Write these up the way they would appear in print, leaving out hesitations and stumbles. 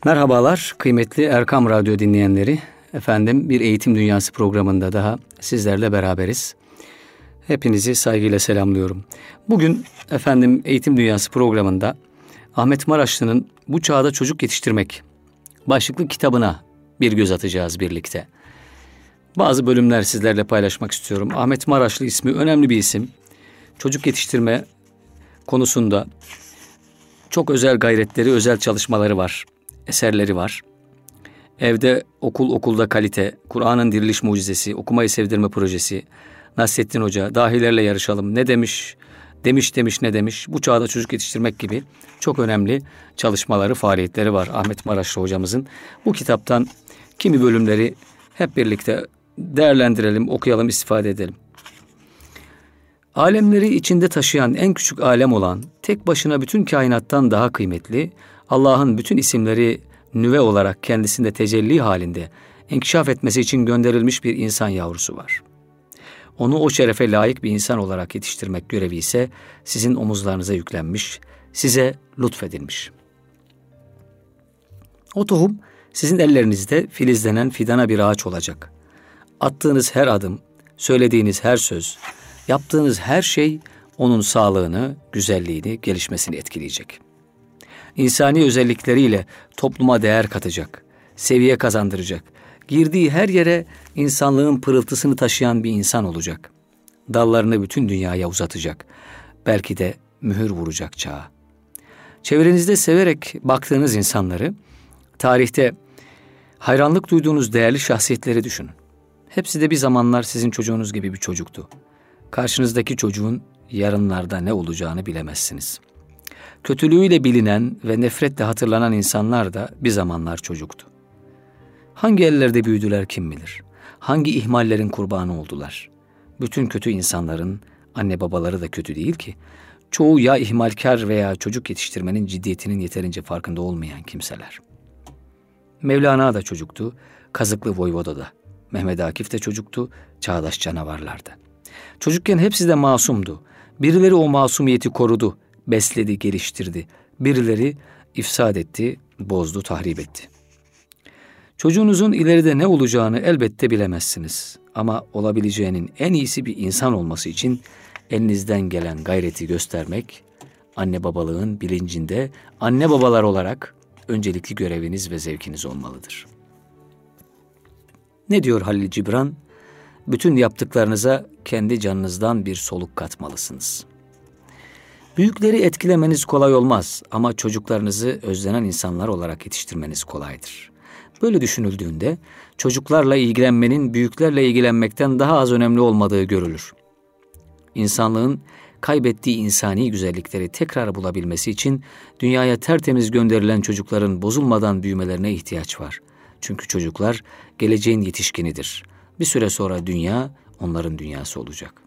Merhabalar kıymetli Erkam Radyo dinleyenleri. Efendim bir Eğitim Dünyası programında daha sizlerle beraberiz. Hepinizi saygıyla selamlıyorum. Bugün efendim Eğitim Dünyası programında Ahmet Maraşlı'nın Bu Çağda Çocuk Yetiştirmek başlıklı kitabına bir göz atacağız birlikte. Bazı bölümler sizlerle paylaşmak istiyorum. Ahmet Maraşlı ismi önemli bir isim. Çocuk yetiştirme konusunda çok özel gayretleri, özel çalışmaları var, eserleri var. Evde okul, okulda kalite, Kur'an'ın diriliş mucizesi, okumayı sevdirme projesi, Nasrettin Hoca, dahilerle yarışalım, ne demiş, demiş ne demiş, bu çağda çocuk yetiştirmek gibi çok önemli çalışmaları, faaliyetleri var Ahmet Maraşlı hocamızın. Bu kitaptan kimi bölümleri hep birlikte değerlendirelim, okuyalım, istifade edelim. Alemleri içinde taşıyan en küçük alem olan, tek başına bütün kainattan daha kıymetli, Allah'ın bütün isimleri nüve olarak kendisinde tecelli halinde inkişaf etmesi için gönderilmiş bir insan yavrusu var. Onu o şerefe layık bir insan olarak yetiştirmek görevi ise sizin omuzlarınıza yüklenmiş, size lütfedilmiş. O tohum sizin ellerinizde filizlenen fidana bir ağaç olacak. Attığınız her adım, söylediğiniz her söz, yaptığınız her şey onun sağlığını, güzelliğini, gelişmesini etkileyecek. İnsani özellikleriyle topluma değer katacak, seviye kazandıracak, girdiği her yere insanlığın pırıltısını taşıyan bir insan olacak. Dallarını bütün dünyaya uzatacak, belki de mühür vuracak çağa. Çevrenizde severek baktığınız insanları, tarihte hayranlık duyduğunuz değerli şahsiyetleri düşünün. Hepsi de bir zamanlar sizin çocuğunuz gibi bir çocuktu. Karşınızdaki çocuğun yarınlarda ne olacağını bilemezsiniz. Kötülüğüyle bilinen ve nefretle hatırlanan insanlar da bir zamanlar çocuktu. Hangi ellerde büyüdüler kim bilir? Hangi ihmallerin kurbanı oldular? Bütün kötü insanların anne babaları da kötü değil ki. Çoğu ya ihmalkar veya çocuk yetiştirmenin ciddiyetinin yeterince farkında olmayan kimseler. Mevlana da çocuktu, Kazıklı Voyvoda da. Mehmet Akif de çocuktu, çağdaş canavarlardı. Çocukken hepsi de masumdu. Birileri o masumiyeti korudu, besledi, geliştirdi. Birileri ifsad etti, bozdu, tahrip etti. Çocuğunuzun ileride ne olacağını elbette bilemezsiniz. Ama olabileceğinin en iyisi bir insan olması için elinizden gelen gayreti göstermek, anne babalığın bilincinde anne babalar olarak öncelikli göreviniz ve zevkiniz olmalıdır. Ne diyor Halil Cibran? Bütün yaptıklarınıza kendi canınızdan bir soluk katmalısınız. Büyükleri etkilemeniz kolay olmaz ama çocuklarınızı özlenen insanlar olarak yetiştirmeniz kolaydır. Böyle düşünüldüğünde çocuklarla ilgilenmenin büyüklerle ilgilenmekten daha az önemli olmadığı görülür. İnsanlığın kaybettiği insani güzellikleri tekrar bulabilmesi için dünyaya tertemiz gönderilen çocukların bozulmadan büyümelerine ihtiyaç var. Çünkü çocuklar geleceğin yetişkinidir. Bir süre sonra dünya onların dünyası olacak.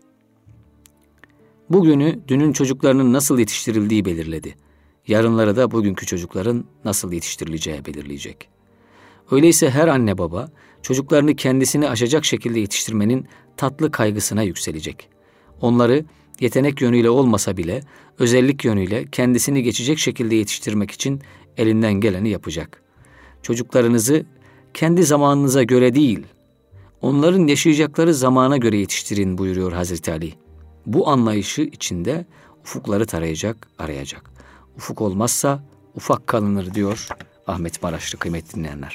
Bugünü dünün çocuklarının nasıl yetiştirildiği belirledi. Yarınları da bugünkü çocukların nasıl yetiştirileceği belirleyecek. Öyleyse her anne baba çocuklarını kendisini aşacak şekilde yetiştirmenin tatlı kaygısına yükselecek. Onları yetenek yönüyle olmasa bile özellik yönüyle kendisini geçecek şekilde yetiştirmek için elinden geleni yapacak. Çocuklarınızı kendi zamanınıza göre değil, onların yaşayacakları zamana göre yetiştirin buyuruyor Hazreti Ali. Bu anlayışı içinde ufukları tarayacak, arayacak. Ufuk olmazsa ufak kalınır diyor Ahmet Maraşlı kıymetli dinleyenler.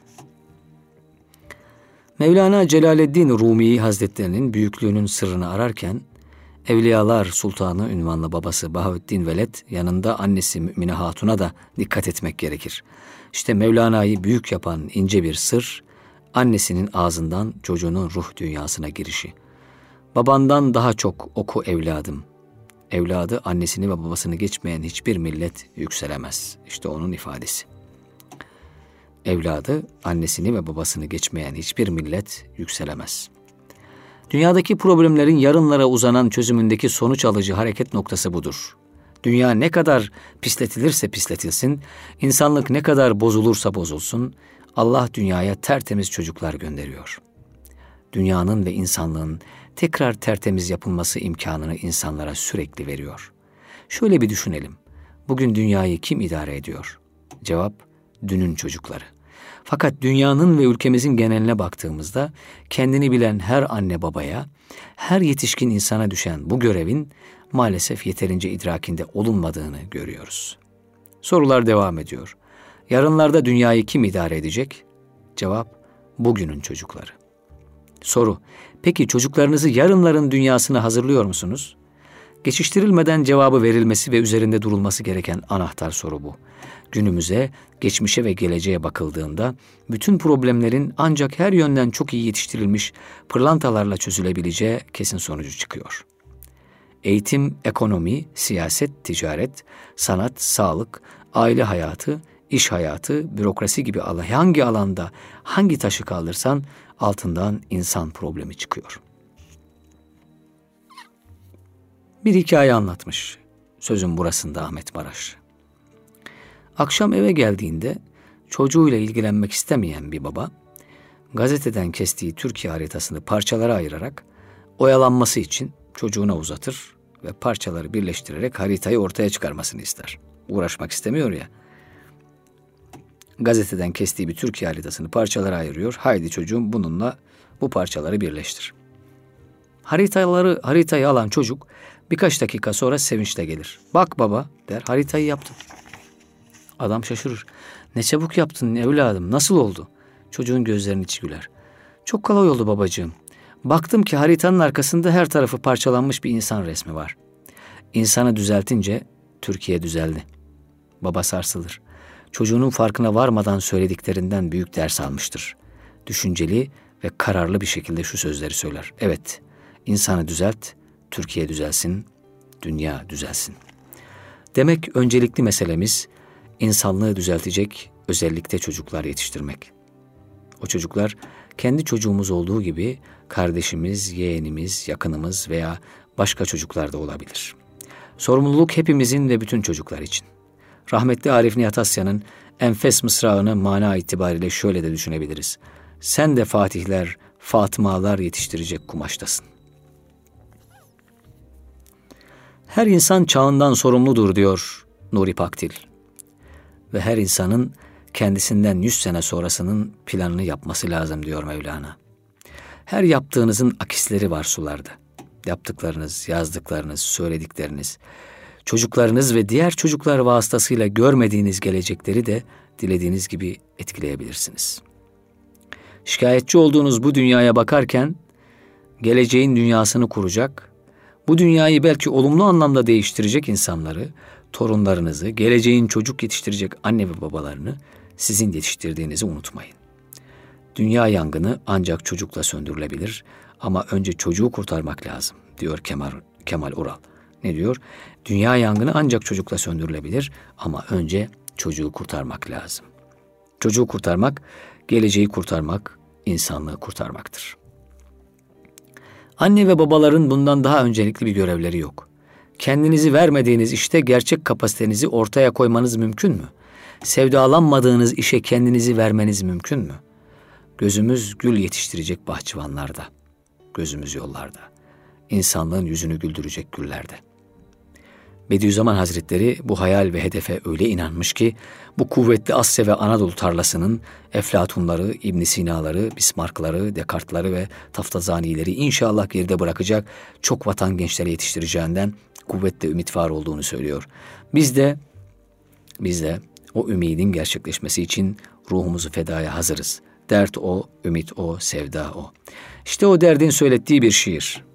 Mevlana Celaleddin Rumi Hazretlerinin büyüklüğünün sırrını ararken, Evliyalar Sultanı ünvanlı babası Bahaüddin Veled yanında annesi Mümine Hatun'a da dikkat etmek gerekir. İşte Mevlana'yı büyük yapan ince bir sır, annesinin ağzından çocuğunun ruh dünyasına girişi. Babandan daha çok oku evladım. Evladı annesini ve babasını geçmeyen hiçbir millet yükselemez. İşte onun ifadesi. Evladı annesini ve babasını geçmeyen hiçbir millet yükselemez. Dünyadaki problemlerin yarınlara uzanan çözümündeki sonuç alıcı hareket noktası budur. Dünya ne kadar pisletilirse pisletilsin, insanlık ne kadar bozulursa bozulsun, Allah dünyaya tertemiz çocuklar gönderiyor. Dünyanın ve insanlığın tekrar tertemiz yapılması imkanını insanlara sürekli veriyor. Şöyle bir düşünelim. Bugün dünyayı kim idare ediyor? Cevap, dünün çocukları. Fakat dünyanın ve ülkemizin geneline baktığımızda kendini bilen her anne babaya, her yetişkin insana düşen bu görevin maalesef yeterince idrakinde olunmadığını görüyoruz. Sorular devam ediyor. Yarınlarda dünyayı kim idare edecek? Cevap, bugünün çocukları. Soru, peki çocuklarınızı yarınların dünyasına hazırlıyor musunuz? Geçiştirilmeden cevabı verilmesi ve üzerinde durulması gereken anahtar soru bu. Günümüze, geçmişe ve geleceğe bakıldığında bütün problemlerin ancak her yönden çok iyi yetiştirilmiş pırlantalarla çözülebileceği kesin sonucu çıkıyor. Eğitim, ekonomi, siyaset, ticaret, sanat, sağlık, aile hayatı, iş hayatı, bürokrasi gibi hangi alanda hangi taşı kaldırsan altından insan problemi çıkıyor. Bir hikaye anlatmış sözün burasında Ahmet Maraş. Akşam eve geldiğinde çocuğuyla ilgilenmek istemeyen bir baba, gazeteden kestiği Türkiye haritasını parçalara ayırarak oyalanması için çocuğuna uzatır ve parçaları birleştirerek haritayı ortaya çıkarmasını ister. Uğraşmak istemiyor ya. Gazeteden kestiği bir Türkiye haritasını parçalara ayırıyor. Haydi çocuğum bununla bu parçaları birleştir. Haritayı alan çocuk birkaç dakika sonra sevinçle gelir. Bak baba der, haritayı yaptım. Adam şaşırır. Ne çabuk yaptın evladım, nasıl oldu? Çocuğun gözlerinin içi güler. Çok kolay oldu babacığım. Baktım ki haritanın arkasında her tarafı parçalanmış bir insan resmi var. İnsanı düzeltince Türkiye düzeldi. Baba sarsılır. Çocuğunun farkına varmadan söylediklerinden büyük ders almıştır. Düşünceli ve kararlı bir şekilde şu sözleri söyler. Evet, insanı düzelt, Türkiye düzelsin, dünya düzelsin. Demek öncelikli meselemiz insanlığı düzeltecek özellikle çocuklar yetiştirmek. O çocuklar kendi çocuğumuz olduğu gibi kardeşimiz, yeğenimiz, yakınımız veya başka çocuklar da olabilir. Sorumluluk hepimizin ve bütün çocuklar için. Rahmetli Arif Nihat Asya'nın enfes mısrağını mana itibariyle şöyle de düşünebiliriz. Sen de fatihler, Fatımalar yetiştirecek kumaştasın. Her insan çağından sorumludur diyor Nuri Pakdil. Ve her insanın kendisinden 100 sene sonrasının planını yapması lazım diyor Mevlana. Her yaptığınızın akisleri var sularda. Yaptıklarınız, yazdıklarınız, söyledikleriniz, çocuklarınız ve diğer çocuklar vasıtasıyla görmediğiniz gelecekleri de dilediğiniz gibi etkileyebilirsiniz. Şikayetçi olduğunuz bu dünyaya bakarken geleceğin dünyasını kuracak, bu dünyayı belki olumlu anlamda değiştirecek insanları, torunlarınızı, geleceğin çocuk yetiştirecek anne ve babalarını sizin yetiştirdiğinizi unutmayın. Dünya yangını ancak çocukla söndürülebilir ama önce çocuğu kurtarmak lazım diyor Kemal Ural. Ne diyor? Dünya yangını ancak çocukla söndürülebilir ama önce çocuğu kurtarmak lazım. Çocuğu kurtarmak, geleceği kurtarmak, insanlığı kurtarmaktır. Anne ve babaların bundan daha öncelikli bir görevleri yok. Kendinizi vermediğiniz işte gerçek kapasitenizi ortaya koymanız mümkün mü? Sevdalanmadığınız işe kendinizi vermeniz mümkün mü? Gözümüz gül yetiştirecek bahçıvanlarda, gözümüz yollarda, insanlığın yüzünü güldürecek güllerde. Bediüzzaman Hazretleri bu hayal ve hedefe öyle inanmış ki bu kuvvetli Asya ve Anadolu tarlasının Eflatunları, İbn Sina'ları, Bismarck'ları, Descartes'ları ve Taftazani'leri inşallah geride bırakacak çok vatan gençleri yetiştireceğinden kuvvetle ümit var olduğunu söylüyor. Biz de o ümidin gerçekleşmesi için ruhumuzu fedaya hazırız. Dert o, ümit o, sevda o. İşte o derdin söylettiği bir şiir.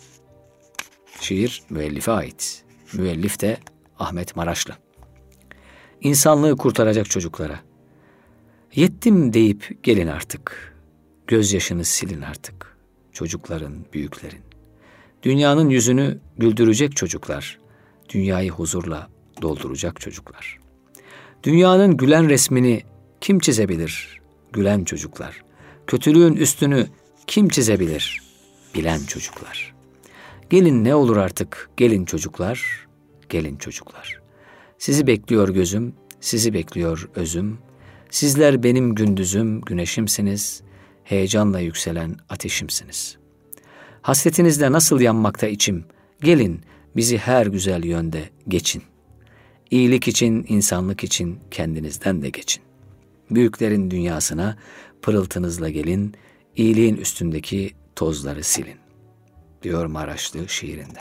Şiir müellife ait. Müellif de Ahmet Maraşlı. İnsanlığı kurtaracak çocuklara. Yettim deyip gelin artık. Gözyaşını silin artık. Çocukların, büyüklerin. Dünyanın yüzünü güldürecek çocuklar. Dünyayı huzurla dolduracak çocuklar. Dünyanın gülen resmini kim çizebilir? Gülen çocuklar. Kötülüğün üstünü kim çizebilir? Bilen çocuklar. Gelin ne olur artık, gelin çocuklar, gelin çocuklar. Sizi bekliyor gözüm, sizi bekliyor özüm. Sizler benim gündüzüm, güneşimsiniz, heyecanla yükselen ateşimsiniz. Hasretinizle nasıl yanmakta içim, gelin bizi her güzel yönde geçin. İyilik için, insanlık için kendinizden de geçin. Büyüklerin dünyasına pırıltınızla gelin, iyiliğin üstündeki tozları silin, diyor Maraşlı şiirinde.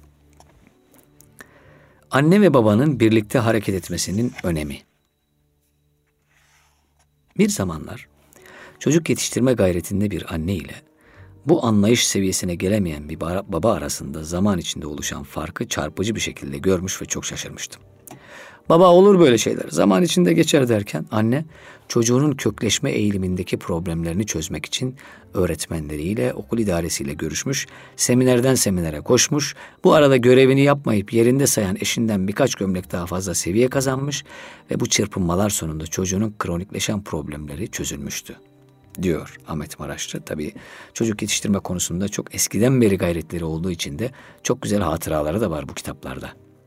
Anne ve babanın birlikte hareket etmesinin önemi. Bir zamanlar çocuk yetiştirme gayretinde bir anne ile bu anlayış seviyesine gelemeyen bir baba arasında zaman içinde oluşan farkı çarpıcı bir şekilde görmüş ve çok şaşırmıştım. Baba olur böyle şeyler, zaman içinde geçer derken anne çocuğunun kökleşme eğilimindeki problemlerini çözmek için öğretmenleriyle, okul idaresiyle görüşmüş, seminerden seminere koşmuş, bu arada görevini yapmayıp yerinde sayan eşinden birkaç gömlek daha fazla seviye kazanmış ve bu çırpınmalar sonunda çocuğunun kronikleşen problemleri çözülmüştü, diyor Ahmet Maraşlı. Tabii çocuk yetiştirme konusunda çok eskiden beri gayretleri olduğu için de çok güzel hatıraları da var bu kitaplarda.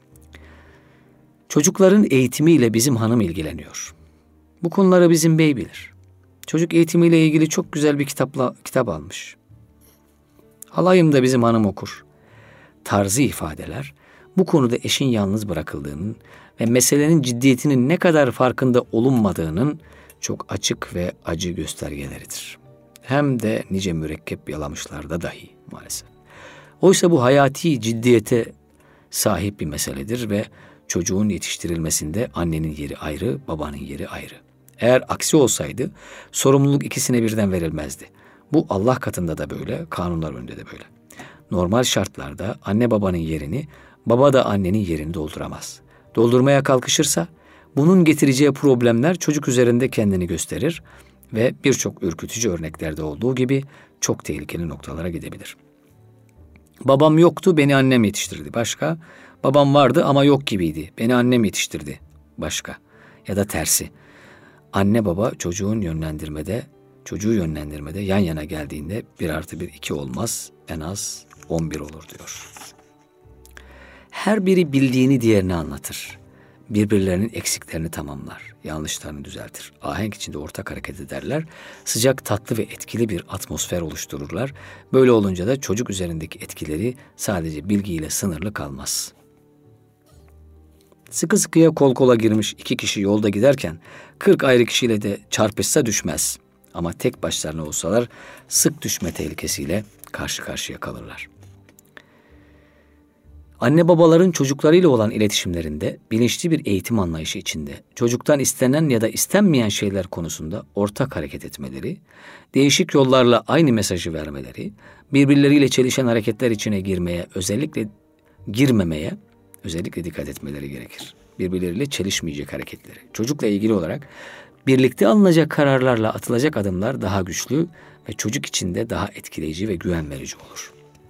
Çocukların eğitimiyle bizim hanım ilgileniyor. Bu konuları bizim bey bilir. Çocuk eğitimiyle ilgili çok güzel bir kitap almış. Halayım da bizim hanım okur. Tarzı ifadeler bu konuda eşin yalnız bırakıldığının ve meselenin ciddiyetinin ne kadar farkında olunmadığının çok açık ve acı göstergeleridir. Hem de nice mürekkep yalamışlarda dahi maalesef. Oysa bu hayati ciddiyete sahip bir meseledir ve çocuğun yetiştirilmesinde annenin yeri ayrı, babanın yeri ayrı. Eğer aksi olsaydı sorumluluk ikisine birden verilmezdi. Bu Allah katında da böyle, kanunlar önünde de böyle. Normal şartlarda anne babanın yerini, baba da annenin yerini dolduramaz. Doldurmaya kalkışırsa bunun getireceği problemler çocuk üzerinde kendini gösterir ve birçok ürkütücü örneklerde olduğu gibi çok tehlikeli noktalara gidebilir. Babam yoktu, beni annem yetiştirdi. Başka. Babam vardı ama yok gibiydi. Beni annem yetiştirdi. Başka. Ya da tersi. Anne baba çocuğu yönlendirmede yan yana geldiğinde 1+1 2 olmaz, en az 11 olur diyor. Her biri bildiğini diğerine anlatır. Birbirlerinin eksiklerini tamamlar, yanlışlarını düzeltir. Ahenk içinde ortak hareket ederler. Sıcak, tatlı ve etkili bir atmosfer oluştururlar. Böyle olunca da çocuk üzerindeki etkileri sadece bilgiyle sınırlı kalmaz. Sıkı sıkıya kol kola girmiş 2 kişi yolda giderken 40 ayrı kişiyle de çarpışsa düşmez. Ama tek başlarına olsalar sık düşme tehlikesiyle karşı karşıya kalırlar. Anne babaların çocuklarıyla olan iletişimlerinde bilinçli bir eğitim anlayışı içinde çocuktan istenen ya da istenmeyen şeyler konusunda ortak hareket etmeleri, değişik yollarla aynı mesajı vermeleri, birbirleriyle çelişen hareketler içine girmemeye özellikle dikkat etmeleri gerekir. Birbirleriyle çelişmeyecek hareketleri. Çocukla ilgili olarak birlikte alınacak kararlarla atılacak adımlar daha güçlü ve çocuk için de daha etkileyici ve güven verici olur.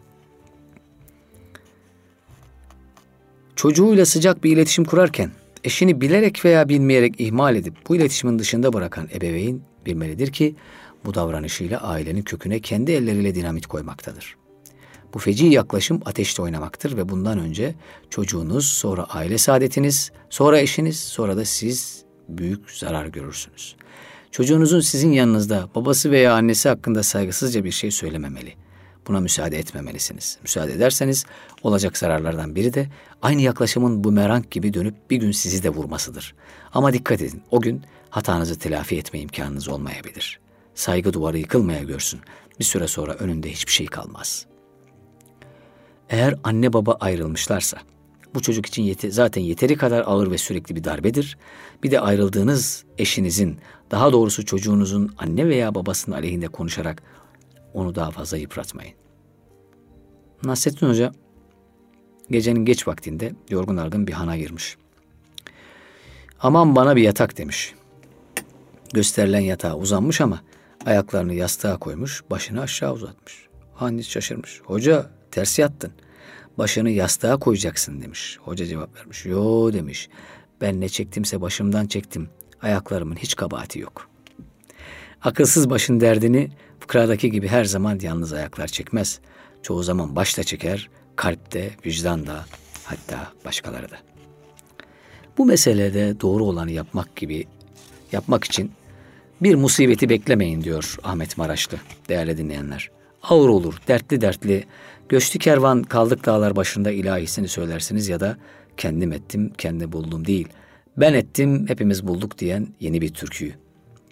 Çocuğuyla sıcak bir iletişim kurarken eşini bilerek veya bilmeyerek ihmal edip bu iletişimin dışında bırakan ebeveyn bilmelidir ki bu davranışıyla ailenin köküne kendi elleriyle dinamit koymaktadır. Bu feci yaklaşım ateşte oynamaktır ve bundan önce çocuğunuz, sonra aile saadetiniz, sonra eşiniz, sonra da siz büyük zarar görürsünüz. Çocuğunuzun sizin yanınızda babası veya annesi hakkında saygısızca bir şey söylememeli. Buna müsaade etmemelisiniz. Müsaade ederseniz olacak zararlardan biri de aynı yaklaşımın bumerang gibi dönüp bir gün sizi de vurmasıdır. Ama dikkat edin, o gün hatanızı telafi etme imkanınız olmayabilir. Saygı duvarı yıkılmaya görsün. Bir süre sonra önünde hiçbir şey kalmaz. Eğer anne baba ayrılmışlarsa, bu çocuk için zaten yeteri kadar ağır ve sürekli bir darbedir. Bir de ayrıldığınız eşinizin, daha doğrusu çocuğunuzun anne veya babasının aleyhinde konuşarak onu daha fazla yıpratmayın. Nasrettin Hoca gecenin geç vaktinde yorgun argın bir hana girmiş. Aman bana bir yatak demiş. Gösterilen yatağa uzanmış ama ayaklarını yastığa koymuş, başını aşağı uzatmış. Han şaşırmış. Hoca ters yattın. Başını yastığa koyacaksın demiş. Hoca cevap vermiş. Yo demiş. Ben ne çektimse başımdan çektim. Ayaklarımın hiç kabahati yok. Akılsız başın derdini fıkradaki gibi her zaman yalnız ayaklar çekmez. Çoğu zaman baş da çeker, kalp de, vicdan da, hatta başkaları da. Bu meselede doğru olanı yapmak için bir musibeti beklemeyin diyor Ahmet Maraşlı, değerli dinleyenler. Ağır olur, dertli, göçtü kervan kaldık dağlar başında ilahisini söylersiniz ya da kendim ettim, kendi buldum değil. Ben ettim, hepimiz bulduk diyen yeni bir türküyü.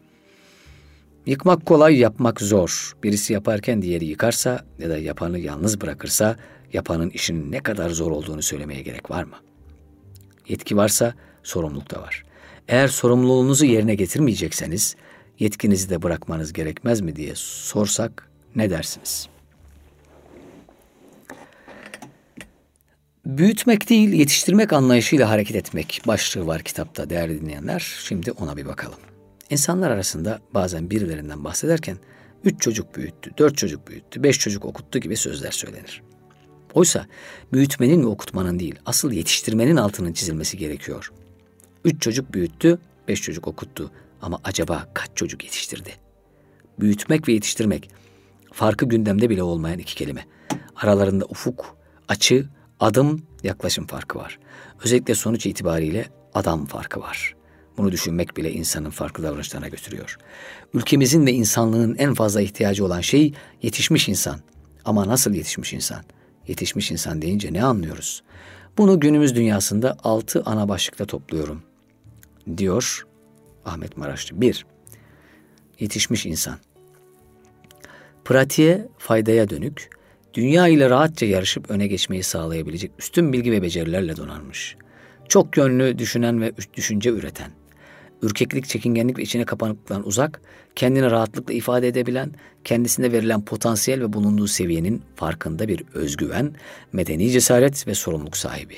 Yıkmak kolay, yapmak zor. Birisi yaparken diğeri yıkarsa ya da yapanı yalnız bırakırsa yapanın işinin ne kadar zor olduğunu söylemeye gerek var mı? Yetki varsa sorumluluk da var. Eğer sorumluluğunuzu yerine getirmeyecekseniz yetkinizi de bırakmanız gerekmez mi diye sorsak ne dersiniz? Büyütmek değil, yetiştirmek anlayışıyla hareket etmek başlığı var kitapta değerli dinleyenler. Şimdi ona bir bakalım. İnsanlar arasında bazen birilerinden bahsederken 3 çocuk büyüttü, 4 çocuk büyüttü, 5 çocuk okuttu gibi sözler söylenir. Oysa büyütmenin ve okutmanın değil, asıl yetiştirmenin altının çizilmesi gerekiyor. 3 çocuk büyüttü, 5 çocuk okuttu ama acaba kaç çocuk yetiştirdi? Büyütmek ve yetiştirmek farkı gündemde bile olmayan iki kelime. Aralarında ufuk, açı, adım, yaklaşım farkı var. Özellikle sonuç itibariyle adam farkı var. Bunu düşünmek bile insanın farklı davranışlarına götürüyor. Ülkemizin ve insanlığın en fazla ihtiyacı olan şey yetişmiş insan. Ama nasıl yetişmiş insan? Yetişmiş insan deyince ne anlıyoruz? Bunu günümüz dünyasında 6 ana başlıkta topluyorum, diyor Ahmet Maraşlı. 1. Yetişmiş insan. Pratiğe, faydaya dönük, dünya ile rahatça yarışıp öne geçmeyi sağlayabilecek üstün bilgi ve becerilerle donanmış. Çok yönlü düşünen ve düşünce üreten, ürkeklik, çekingenlik ve içine kapanıklıktan uzak, kendini rahatlıkla ifade edebilen, kendisine verilen potansiyel ve bulunduğu seviyenin farkında bir özgüven, medeni cesaret ve sorumluluk sahibi.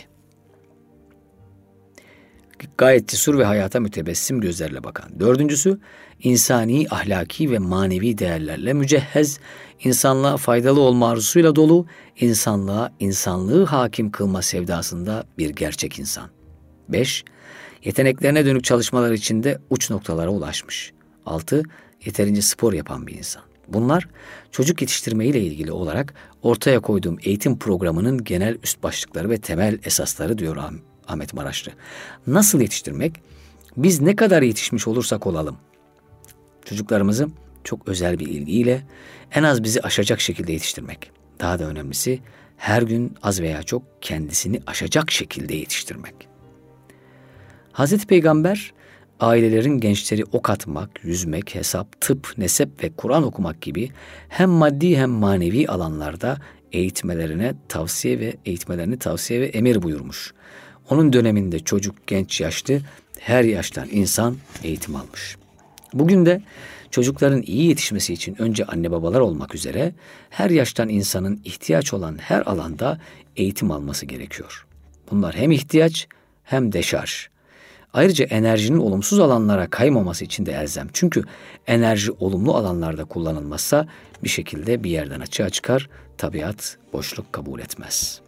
Gayet cesur ve hayata mütebessim gözlerle bakan. 4. insani, ahlaki ve manevi değerlerle mücehhez, insanlığa faydalı olma arzusuyla dolu, insanlığa, insanlığı hakim kılma sevdasında bir gerçek insan. 5. yeteneklerine dönük çalışmalar içinde uç noktalara ulaşmış. 6. yeterince spor yapan bir insan. Bunlar çocuk yetiştirme ile ilgili olarak ortaya koyduğum eğitim programının genel üst başlıkları ve temel esasları diyor Ahmet Maraşlı. Nasıl yetiştirmek? Biz ne kadar yetişmiş olursak olalım, çocuklarımızı çok özel bir ilgiyle en az bizi aşacak şekilde yetiştirmek. Daha da önemlisi her gün az veya çok kendisini aşacak şekilde yetiştirmek. Hazreti Peygamber ailelerin gençleri ok atmak, yüzmek, hesap, tıp, nesep ve Kur'an okumak gibi hem maddi hem manevi alanlarda eğitmelerini tavsiye ve emir buyurmuş. Onun döneminde çocuk, genç, yaşlı her yaştan insan eğitim almış. Bugün de çocukların iyi yetişmesi için önce anne babalar olmak üzere her yaştan insanın ihtiyaç olan her alanda eğitim alması gerekiyor. Bunlar hem ihtiyaç hem deşarj. Ayrıca enerjinin olumsuz alanlara kaymaması için de elzem. Çünkü enerji olumlu alanlarda kullanılmazsa bir şekilde bir yerden açığa çıkar, tabiat boşluk kabul etmez.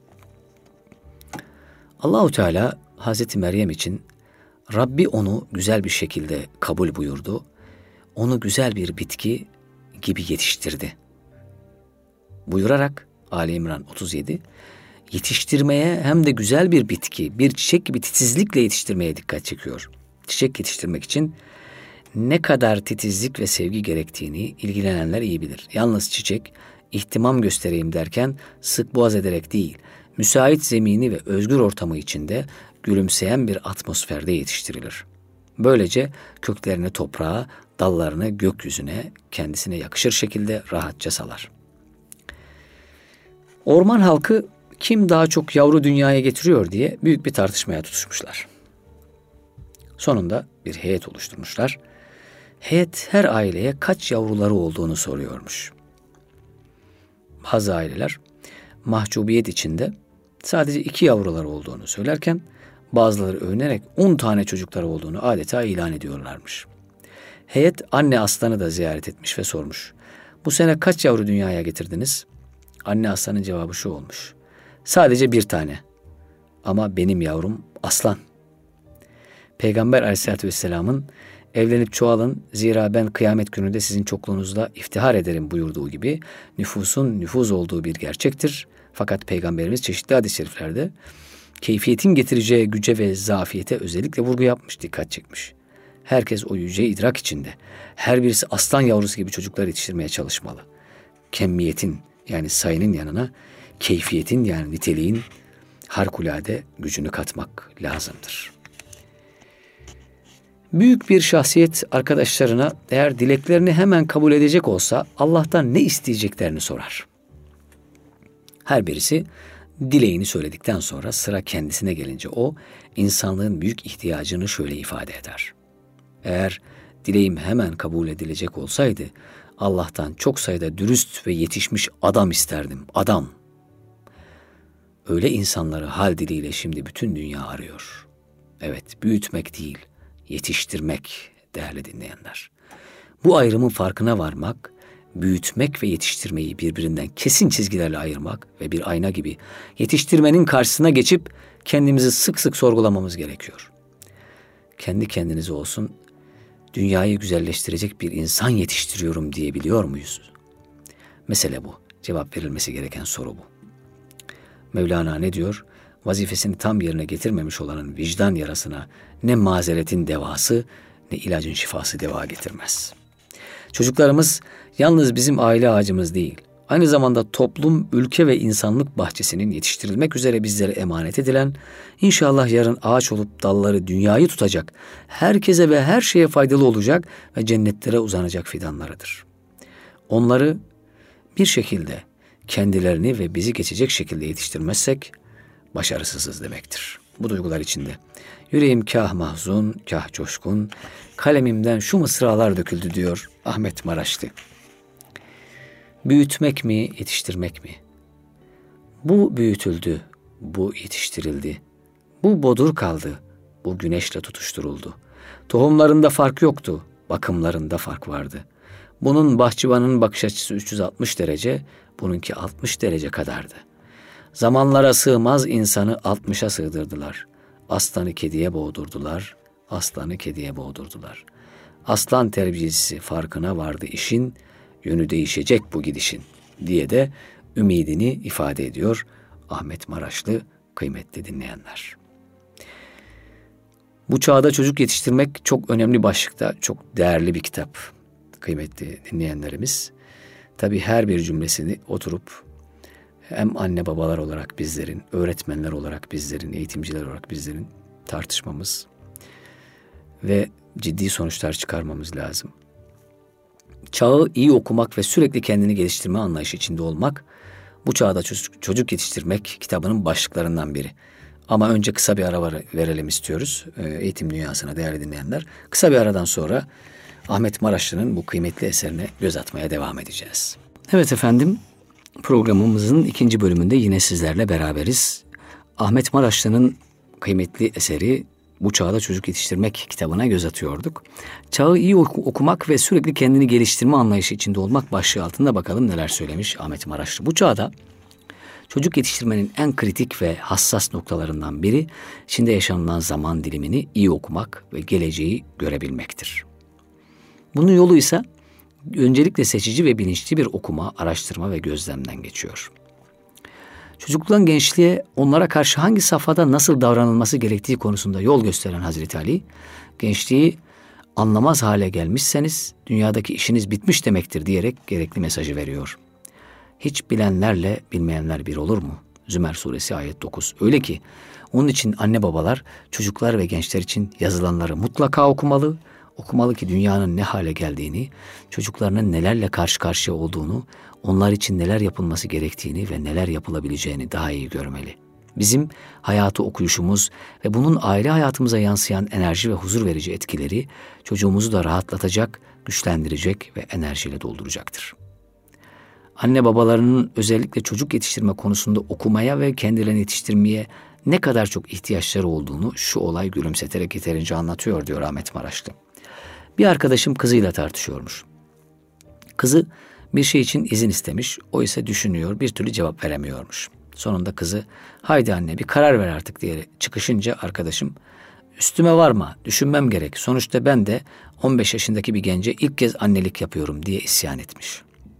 Allahu Teala Hazreti Meryem için Rabbi onu güzel bir şekilde kabul buyurdu. Onu güzel bir bitki gibi yetiştirdi. Buyurarak Ali İmran 37, yetiştirmeye hem de güzel bir bitki, bir çiçek gibi titizlikle yetiştirmeye dikkat çekiyor. Çiçek yetiştirmek için ne kadar titizlik ve sevgi gerektiğini ilgilenenler iyi bilir. Yalnız çiçek ihtimam göstereyim derken sık boğaz ederek değil, müsait zemini ve özgür ortamı içinde gülümseyen bir atmosferde yetiştirilir. Böylece köklerini toprağa, dallarını gökyüzüne, kendisine yakışır şekilde rahatça salar. Orman halkı kim daha çok yavru dünyaya getiriyor diye büyük bir tartışmaya tutuşmuşlar. Sonunda bir heyet oluşturmuşlar. Heyet her aileye kaç yavruları olduğunu soruyormuş. Bazı aileler mahcubiyet içinde sadece 2 yavruları olduğunu söylerken bazıları övünerek 10 tane çocukları olduğunu adeta ilan ediyorlarmış. Heyet anne aslanı da ziyaret etmiş ve sormuş. Bu sene kaç yavru dünyaya getirdiniz? Anne aslanın cevabı şu olmuş. Sadece 1 tane. Ama benim yavrum aslan. Peygamber Aleyhisselatü Vesselam'ın evlenip çoğalın zira ben kıyamet gününde sizin çokluğunuzla iftihar ederim buyurduğu gibi nüfusun nüfuz olduğu bir gerçektir. Fakat Peygamberimiz çeşitli hadis-i şeriflerde keyfiyetin getireceği güce ve zafiyete özellikle vurgu yapmış, dikkat çekmiş. Herkes o yüce idrak içinde. Her birisi aslan yavrusu gibi çocuklar yetiştirmeye çalışmalı. Kemmiyetin yani sayının yanına keyfiyetin yani niteliğin harikulade gücünü katmak lazımdır. Büyük bir şahsiyet arkadaşlarına eğer dileklerini hemen kabul edecek olsa Allah'tan ne isteyeceklerini sorar. Her birisi dileğini söyledikten sonra sıra kendisine gelince o insanlığın büyük ihtiyacını şöyle ifade eder. Eğer dileğim hemen kabul edilecek olsaydı Allah'tan çok sayıda dürüst ve yetişmiş adam isterdim. Adam. Öyle insanları hal diliyle şimdi bütün dünya arıyor. Evet, büyütmek değil, yetiştirmek değerli dinleyenler. Bu ayrımın farkına varmak, büyütmek ve yetiştirmeyi birbirinden kesin çizgilerle ayırmak ve bir ayna gibi yetiştirmenin karşısına geçip kendimizi sık sık sorgulamamız gerekiyor. Kendi kendinize olsun, dünyayı güzelleştirecek bir insan yetiştiriyorum diyebiliyor muyuz? Mesele bu. Cevap verilmesi gereken soru bu. Mevlana ne diyor? Vazifesini tam yerine getirmemiş olanın vicdan yarasına ne mazeretin devası ne ilacın şifası deva getirmez. Çocuklarımız yalnız bizim aile ağacımız değil, aynı zamanda toplum, ülke ve insanlık bahçesinin yetiştirilmek üzere bizlere emanet edilen, inşallah yarın ağaç olup dalları dünyayı tutacak, herkese ve her şeye faydalı olacak ve cennetlere uzanacak fidanlarıdır. Onları bir şekilde kendilerini ve bizi geçecek şekilde yetiştirmezsek başarısızız demektir. Bu duygular içinde yüreğim kah mahzun, kah coşkun, kalemimden şu mısralar döküldü diyor Ahmet Maraşlı. Büyütmek mi, yetiştirmek mi? Bu büyütüldü, bu yetiştirildi. Bu bodur kaldı, bu güneşle tutuşturuldu. Tohumlarında fark yoktu, bakımlarında fark vardı. Bunun bahçıvanın bakış açısı 360 derece, bununki 60 derece kadardı. Zamanlara sığmaz insanı 60'a sığdırdılar. Aslanı kediye boğdurdular, aslanı kediye boğdurdular. Aslan terbiyecisi farkına vardı işin, yönü değişecek bu gidişin diye de ümidini ifade ediyor Ahmet Maraşlı kıymetli dinleyenler. Bu çağda çocuk yetiştirmek çok önemli başlıkta, çok değerli bir kitap kıymetli dinleyenlerimiz. Tabii her bir cümlesini oturup hem anne babalar olarak bizlerin, öğretmenler olarak bizlerin, eğitimciler olarak bizlerin tartışmamız ve ciddi sonuçlar çıkarmamız lazım. Çağı iyi okumak ve sürekli kendini geliştirme anlayışı içinde olmak, bu çağda çocuk yetiştirmek kitabının başlıklarından biri. Ama önce kısa bir ara verelim istiyoruz eğitim dünyasına değerli dinleyenler. Kısa bir aradan sonra Ahmet Maraşlı'nın bu kıymetli eserine göz atmaya devam edeceğiz. Evet efendim, programımızın ikinci bölümünde yine sizlerle beraberiz. Ahmet Maraşlı'nın kıymetli eseri Bu Çağda Çocuk Yetiştirmek kitabına göz atıyorduk. Çağı iyi okumak ve sürekli kendini geliştirme anlayışı içinde olmak başlığı altında bakalım neler söylemiş Ahmet Maraşlı. Bu çağda çocuk yetiştirmenin en kritik ve hassas noktalarından biri içinde yaşanılan zaman dilimini iyi okumak ve geleceği görebilmektir. Bunun yolu ise öncelikle seçici ve bilinçli bir okuma, araştırma ve gözlemden geçiyor. Çocukluktan gençliğe onlara karşı hangi safhada nasıl davranılması gerektiği konusunda yol gösteren Hazreti Ali, gençliği anlamaz hale gelmişseniz dünyadaki işiniz bitmiş demektir diyerek gerekli mesajı veriyor. Hiç bilenlerle bilmeyenler bir olur mu? Zümer suresi ayet 9. Öyle ki onun için anne babalar çocuklar ve gençler için yazılanları mutlaka okumalı. Okumalı ki dünyanın ne hale geldiğini, çocuklarının nelerle karşı karşıya olduğunu, onlar için neler yapılması gerektiğini ve neler yapılabileceğini daha iyi görmeli. Bizim hayatı okuyuşumuz ve bunun aile hayatımıza yansıyan enerji ve huzur verici etkileri çocuğumuzu da rahatlatacak, güçlendirecek ve enerjiyle dolduracaktır. Anne babalarının özellikle çocuk yetiştirme konusunda okumaya ve kendilerini yetiştirmeye ne kadar çok ihtiyaçları olduğunu şu olay gülümseterek yeterince anlatıyor diyor Ahmet Maraşlı. Bir arkadaşım kızıyla tartışıyormuş. Kızı bir şey için izin istemiş, o ise düşünüyor, bir türlü cevap veremiyormuş. Sonunda kızı, haydi anne bir karar ver artık diye çıkışınca arkadaşım, üstüme varma, düşünmem gerek. Sonuçta ben de 15 yaşındaki bir gence ilk kez annelik yapıyorum diye isyan etmiş.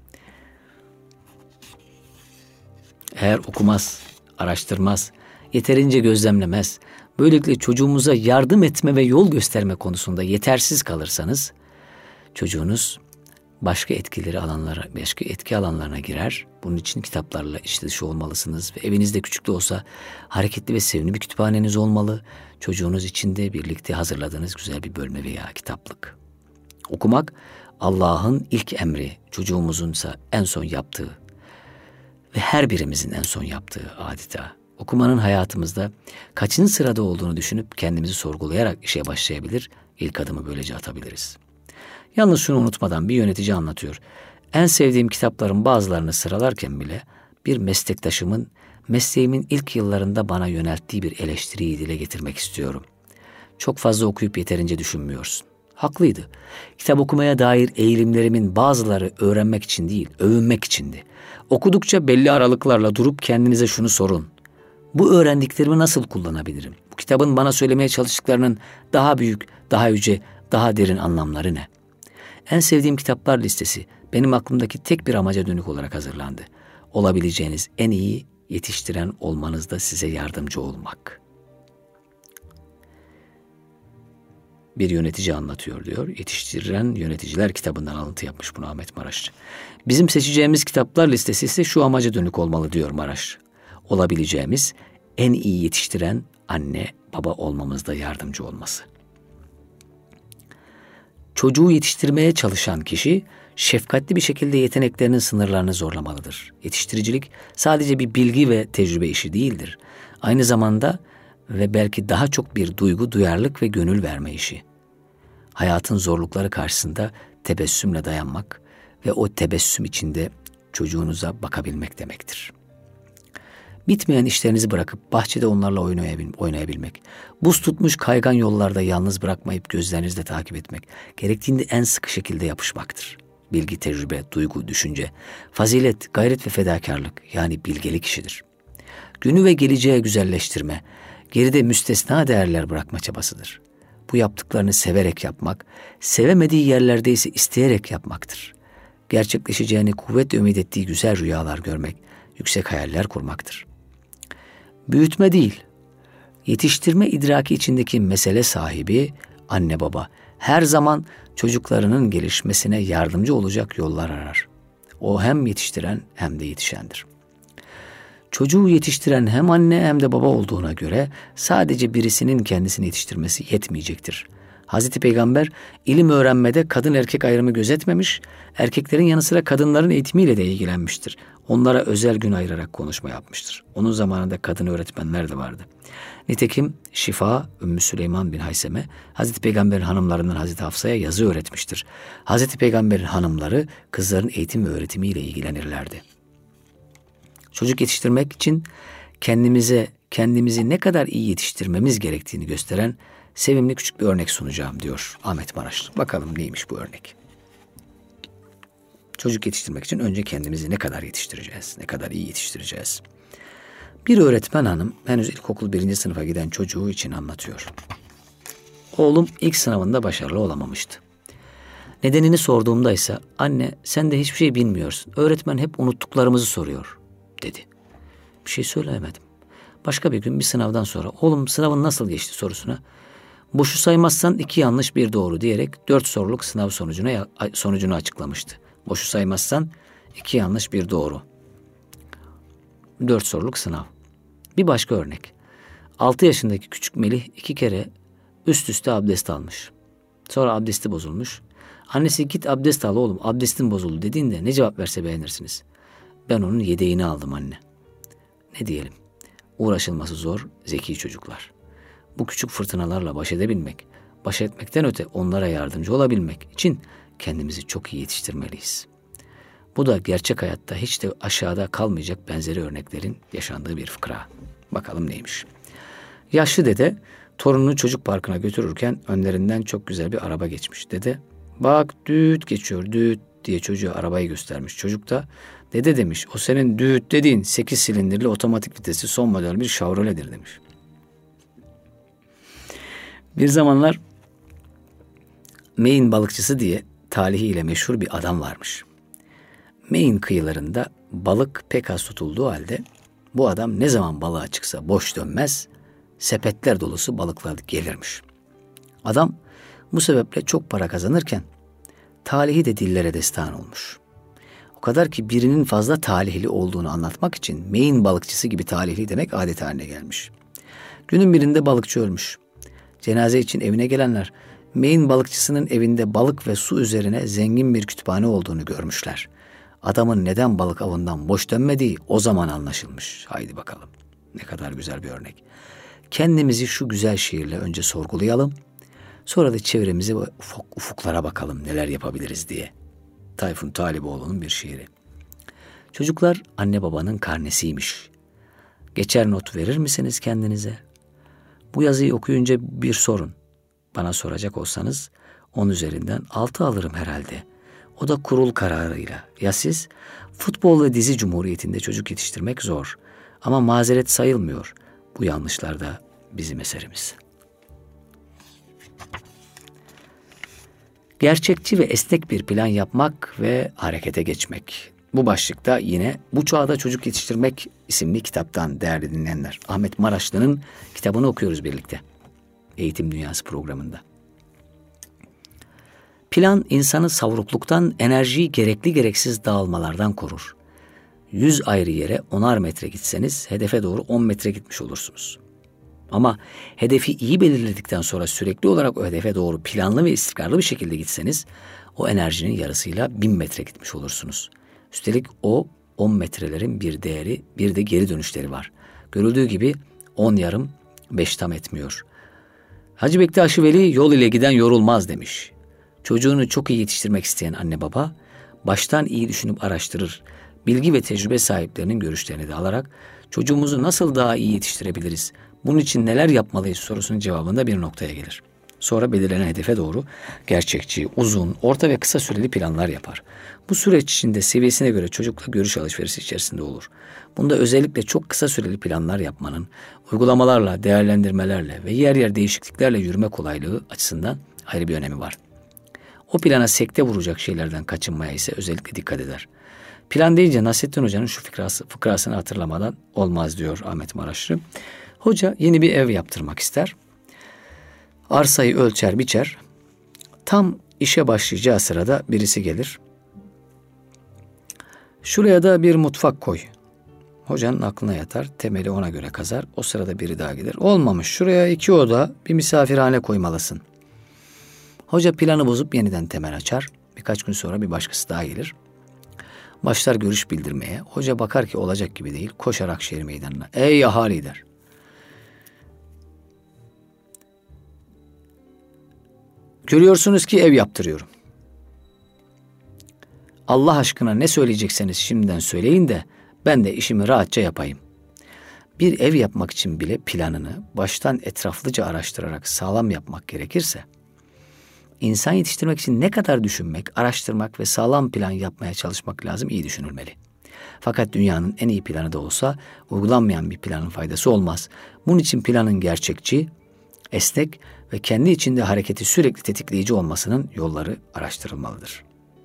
Eğer okumaz, araştırmaz, yeterince gözlemlemez, böylelikle çocuğumuza yardım etme ve yol gösterme konusunda yetersiz kalırsanız, çocuğunuz başka etki alanlarına girer. Bunun için kitaplarla içli dışı olmalısınız ve evinizde küçük de olsa hareketli ve sevimli bir kütüphaneniz olmalı. Çocuğunuz için de birlikte hazırladığınız güzel bir bölme veya kitaplık. Okumak Allah'ın ilk emri, çocuğumuzunsa en son yaptığı ve her birimizin en son yaptığı adeta. Okumanın hayatımızda kaçıncı sırada olduğunu düşünüp kendimizi sorgulayarak işe başlayabilir, ilk adımı böylece atabiliriz. Yalnız şunu unutmadan bir yönetici anlatıyor. En sevdiğim kitapların bazılarını sıralarken bile bir meslektaşımın mesleğimin ilk yıllarında bana yönelttiği bir eleştiriyi dile getirmek istiyorum. Çok fazla okuyup yeterince düşünmüyorsun. Haklıydı. Kitap okumaya dair eğilimlerimin bazıları öğrenmek için değil, övünmek içindi. Okudukça belli aralıklarla durup kendinize şunu sorun. Bu öğrendiklerimi nasıl kullanabilirim? Bu kitabın bana söylemeye çalıştıklarının daha büyük, daha yüce, daha derin anlamları ne? En sevdiğim kitaplar listesi benim aklımdaki tek bir amaca dönük olarak hazırlandı. Olabileceğiniz en iyi yetiştiren olmanızda size yardımcı olmak. Bir yönetici anlatıyor diyor. Yetiştiren Yöneticiler kitabından alıntı yapmış bunu Ahmet Maraşçı. Bizim seçeceğimiz kitaplar listesi ise şu amaca dönük olmalı diyor Maraş. Olabileceğimiz en iyi yetiştiren anne baba olmamızda yardımcı olması. Çocuğu yetiştirmeye çalışan kişi şefkatli bir şekilde yeteneklerinin sınırlarını zorlamalıdır. Yetiştiricilik sadece bir bilgi ve tecrübe işi değildir. Aynı zamanda ve belki daha çok bir duygu, duyarlılık ve gönül verme işi. Hayatın zorlukları karşısında tebessümle dayanmak ve o tebessüm içinde çocuğunuza bakabilmek demektir. Bitmeyen işlerinizi bırakıp bahçede onlarla oynayabilmek, buz tutmuş kaygan yollarda yalnız bırakmayıp gözlerinizle takip etmek, gerektiğinde en sıkı şekilde yapışmaktır. Bilgi, tecrübe, duygu, düşünce, fazilet, gayret ve fedakarlık yani bilgelik işidir. Günü ve geleceğe güzelleştirme, geride müstesna değerler bırakma çabasıdır. Bu yaptıklarını severek yapmak, sevemediği yerlerde ise isteyerek yapmaktır. Gerçekleşeceğini kuvvetle ümit ettiği güzel rüyalar görmek, yüksek hayaller kurmaktır. Büyütme değil, yetiştirme idraki içindeki mesele sahibi anne baba her zaman çocuklarının gelişmesine yardımcı olacak yollar arar. O hem yetiştiren hem de yetişendir. Çocuğu yetiştiren hem anne hem de baba olduğuna göre sadece birisinin kendisini yetiştirmesi yetmeyecektir. Hazreti Peygamber ilim öğrenmede kadın erkek ayrımı gözetmemiş, erkeklerin yanı sıra kadınların eğitimiyle de ilgilenmiştir. Onlara özel gün ayırarak konuşma yapmıştır. Onun zamanında kadın öğretmenler de vardı. Nitekim Şifa, Ümmü Süleyman bin Hayseme, Hazreti Peygamber'in hanımlarından Hazreti Hafsa'ya yazı öğretmiştir. Hazreti Peygamber'in hanımları kızların eğitim ve öğretimiyle ilgilenirlerdi. Çocuk yetiştirmek için kendimizi ne kadar iyi yetiştirmemiz gerektiğini gösteren sevimli küçük bir örnek sunacağım diyor Ahmet Maraşlı. Bakalım neymiş bu örnek? Çocuk yetiştirmek için önce kendimizi ne kadar yetiştireceğiz, ne kadar iyi yetiştireceğiz? Bir öğretmen hanım henüz ilkokul 1. sınıfa giden çocuğu için anlatıyor. Oğlum ilk sınavında başarılı olamamıştı. Nedenini sorduğumda ise anne sen de hiçbir şey bilmiyorsun. Öğretmen hep unuttuklarımızı soruyor dedi. Bir şey söyleyemedim. Başka bir gün bir sınavdan sonra oğlum sınavın nasıl geçti sorusuna boşu saymazsan 2 yanlış 1 doğru diyerek 4 soruluk sınav sonucunu açıklamıştı. Boşu saymazsan 2 yanlış 1 doğru. 4 soruluk sınav. Bir başka örnek. 6 yaşındaki küçük Melih 2 kere üst üste abdest almış. Sonra abdesti bozulmuş. Annesi git abdest al oğlum abdestin bozuldu dediğinde ne cevap verse beğenirsiniz. Ben onun yedeğini aldım anne. Ne diyelim? Uğraşılması zor, zeki çocuklar. Bu küçük fırtınalarla baş edebilmek, baş etmekten öte onlara yardımcı olabilmek için kendimizi çok iyi yetiştirmeliyiz. Bu da gerçek hayatta hiç de aşağıda kalmayacak benzeri örneklerin yaşandığı bir fıkra. Bakalım neymiş? Yaşlı dede torununu çocuk parkına götürürken önlerinden çok güzel bir araba geçmiş. Dede bak düğüt geçiyor düğüt diye çocuğa arabayı göstermiş. Çocuk da dede demiş o senin düğüt dediğin 8 silindirli otomatik vitesi son model bir Chevrolet'dir demiş. Bir zamanlar Maine balıkçısı diye talihiyle meşhur bir adam varmış. Maine kıyılarında balık pek az tutulduğu halde bu adam ne zaman balığa çıksa boş dönmez, sepetler dolusu balıklar gelirmiş. Adam bu sebeple çok para kazanırken talihi de dillere destan olmuş. O kadar ki birinin fazla talihli olduğunu anlatmak için Maine balıkçısı gibi talihli demek adet haline gelmiş. Günün birinde balıkçı ölmüş. Cenaze için evine gelenler Maine balıkçısının evinde balık ve su üzerine zengin bir kütüphane olduğunu görmüşler. Adamın neden balık avından boş dönmediği o zaman anlaşılmış. Haydi bakalım. Ne kadar güzel bir örnek. Kendimizi şu güzel şiirle önce sorgulayalım. Sonra da çevremizi ufuklara bakalım neler yapabiliriz diye. Tayfun Taliboğlu'nun bir şiiri. Çocuklar anne babanın karnesiymiş. Geçer not verir misiniz kendinize? Bu yazıyı okuyunca bir sorun. Bana soracak olsanız 10 üzerinden 6 alırım herhalde. O da kurul kararıyla. Ya siz? Futbol ve dizi cumhuriyetinde çocuk yetiştirmek zor. Ama mazeret sayılmıyor. Bu yanlışlar da bizim eserimiz. Gerçekçi ve esnek bir plan yapmak ve harekete geçmek. Bu başlıkta yine Bu Çağda Çocuk Yetiştirmek isimli kitaptan değerli dinleyenler. Ahmet Maraşlı'nın kitabını okuyoruz birlikte. Eğitim Dünyası programında. Plan insanı savrukluktan, enerjiyi gerekli gereksiz dağılmalardan korur. 100 ayrı yere 10'ar metre gitseniz hedefe doğru 10 metre gitmiş olursunuz. Ama hedefi iyi belirledikten sonra sürekli olarak o hedefe doğru planlı ve istikrarlı bir şekilde gitseniz o enerjinin yarısıyla 1000 metre gitmiş olursunuz. Üstelik o 10 metrelerin bir değeri, bir de geri dönüşleri var. Görüldüğü gibi 10 yarım 5 tam etmiyor. Hacı Bektaş Veli yol ile giden yorulmaz demiş. Çocuğunu çok iyi yetiştirmek isteyen anne baba baştan iyi düşünüp araştırır. Bilgi ve tecrübe sahiplerinin görüşlerini de alarak çocuğumuzu nasıl daha iyi yetiştirebiliriz, bunun için neler yapmalıyız sorusunun cevabında bir noktaya gelir. Sonra belirlenen hedefe doğru gerçekçi, uzun, orta ve kısa süreli planlar yapar. Bu süreç içinde seviyesine göre çocukla görüş alışverişi içerisinde olur. Bunda özellikle çok kısa süreli planlar yapmanın, uygulamalarla, değerlendirmelerle ve yer yer değişikliklerle yürüme kolaylığı açısından ayrı bir önemi var. O plana sekte vuracak şeylerden kaçınmaya ise özellikle dikkat eder. Plan deyince Nasrettin Hoca'nın şu fıkrasını hatırlamadan olmaz diyor Ahmet Maraşlı. Hoca yeni bir ev yaptırmak ister. Arsayı ölçer biçer. Tam işe başlayacağı sırada birisi gelir. Şuraya da bir mutfak koy. Hocanın aklına yatar. Temeli ona göre kazar. O sırada biri daha gelir. Olmamış. Şuraya 2 oda bir misafirhane koymalısın. Hoca planı bozup yeniden temel açar. Birkaç gün sonra bir başkası daha gelir. Başlar görüş bildirmeye. Hoca bakar ki olacak gibi değil. Koşarak şehir meydanına. Ey ahali der. Görüyorsunuz ki ev yaptırıyorum. Allah aşkına ne söyleyecekseniz şimdiden söyleyin de ben de işimi rahatça yapayım. Bir ev yapmak için bile planını baştan etraflıca araştırarak sağlam yapmak gerekirse, İnsan yetiştirmek için ne kadar düşünmek, araştırmak ve sağlam plan yapmaya çalışmak lazım, iyi düşünülmeli. Fakat dünyanın en iyi planı da olsa uygulanmayan bir planın faydası olmaz. Bunun için planın gerçekçi, esnek ve kendi içinde hareketi sürekli tetikleyici olmasının yolları araştırılmalıdır.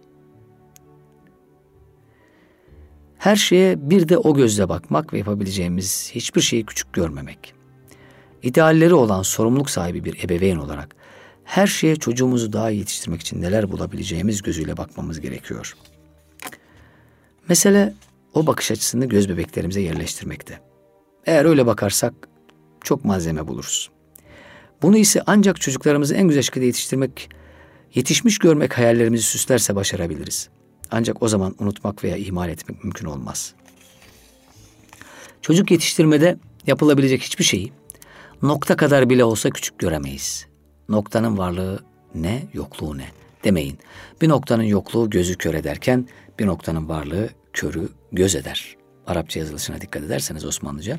Her şeye bir de o gözle bakmak ve yapabileceğimiz hiçbir şeyi küçük görmemek. İdealleri olan sorumluluk sahibi bir ebeveyn olarak her şeye çocuğumuzu daha iyi yetiştirmek için neler bulabileceğimiz gözüyle bakmamız gerekiyor. Mesele o bakış açısını göz bebeklerimize yerleştirmekte. Eğer öyle bakarsak çok malzeme buluruz. Bunu ise ancak çocuklarımızı en güzel şekilde yetişmiş görmek hayallerimizi süslerse başarabiliriz. Ancak o zaman unutmak veya ihmal etmek mümkün olmaz. Çocuk yetiştirmede yapılabilecek hiçbir şeyi nokta kadar bile olsa küçük göremeyiz. Noktanın varlığı ne, yokluğu ne demeyin. Bir noktanın yokluğu gözü kör ederken bir noktanın varlığı körü göz eder. Arapça yazılışına dikkat ederseniz Osmanlıca.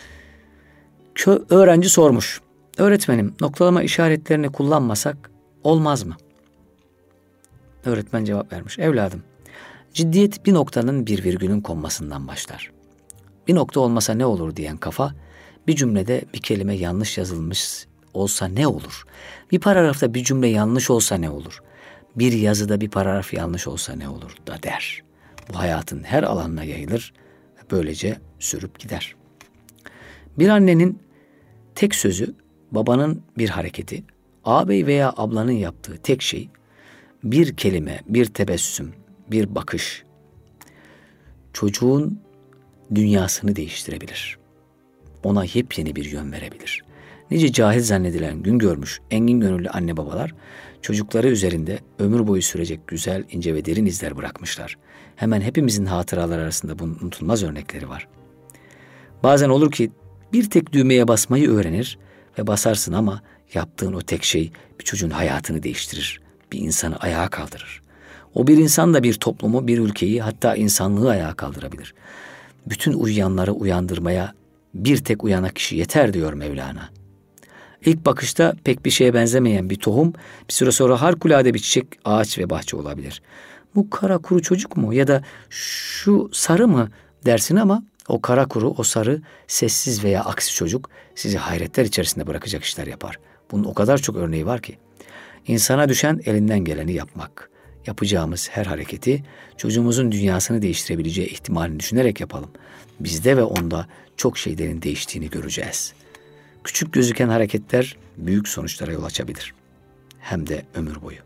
Öğrenci sormuş. Öğretmenim, noktalama işaretlerini kullanmasak olmaz mı? Öğretmen cevap vermiş. Evladım, ciddiyet bir noktanın bir virgülün konmasından başlar. Bir nokta olmasa ne olur diyen kafa, bir cümlede bir kelime yanlış yazılmış olsa ne olur? Bir paragrafta bir cümle yanlış olsa ne olur? Bir yazıda bir paragraf yanlış olsa ne olur da der. Bu hayatın her alanına yayılır ve böylece sürüp gider. Bir annenin tek sözü, babanın bir hareketi, ağabey veya ablanın yaptığı tek şey bir kelime, bir tebessüm, bir bakış çocuğun dünyasını değiştirebilir. Ona yepyeni bir yön verebilir. Nice cahil zannedilen gün görmüş engin gönüllü anne babalar çocukları üzerinde ömür boyu sürecek güzel, ince ve derin izler bırakmışlar. Hemen hepimizin hatıralar arasında bunun unutulmaz örnekleri var. Bazen olur ki bir tek düğmeye basmayı öğrenir ve basarsın ama yaptığın o tek şey bir çocuğun hayatını değiştirir. Bir insanı ayağa kaldırır. O bir insan da bir toplumu, bir ülkeyi, hatta insanlığı ayağa kaldırabilir. Bütün uyuyanları uyandırmaya bir tek uyanan kişi yeter diyor Mevlana. İlk bakışta pek bir şeye benzemeyen bir tohum bir süre sonra harikulade bir çiçek, ağaç ve bahçe olabilir. Bu kara kuru çocuk mu ya da şu sarı mı dersin ama o kara kuru, o sarı, sessiz veya aksi çocuk sizi hayretler içerisinde bırakacak işler yapar. Bunun o kadar çok örneği var ki. İnsana düşen elinden geleni yapmak. Yapacağımız her hareketi çocuğumuzun dünyasını değiştirebileceği ihtimalini düşünerek yapalım. Bizde ve onda çok şeylerin değiştiğini göreceğiz. Küçük gözüken hareketler büyük sonuçlara yol açabilir. Hem de ömür boyu.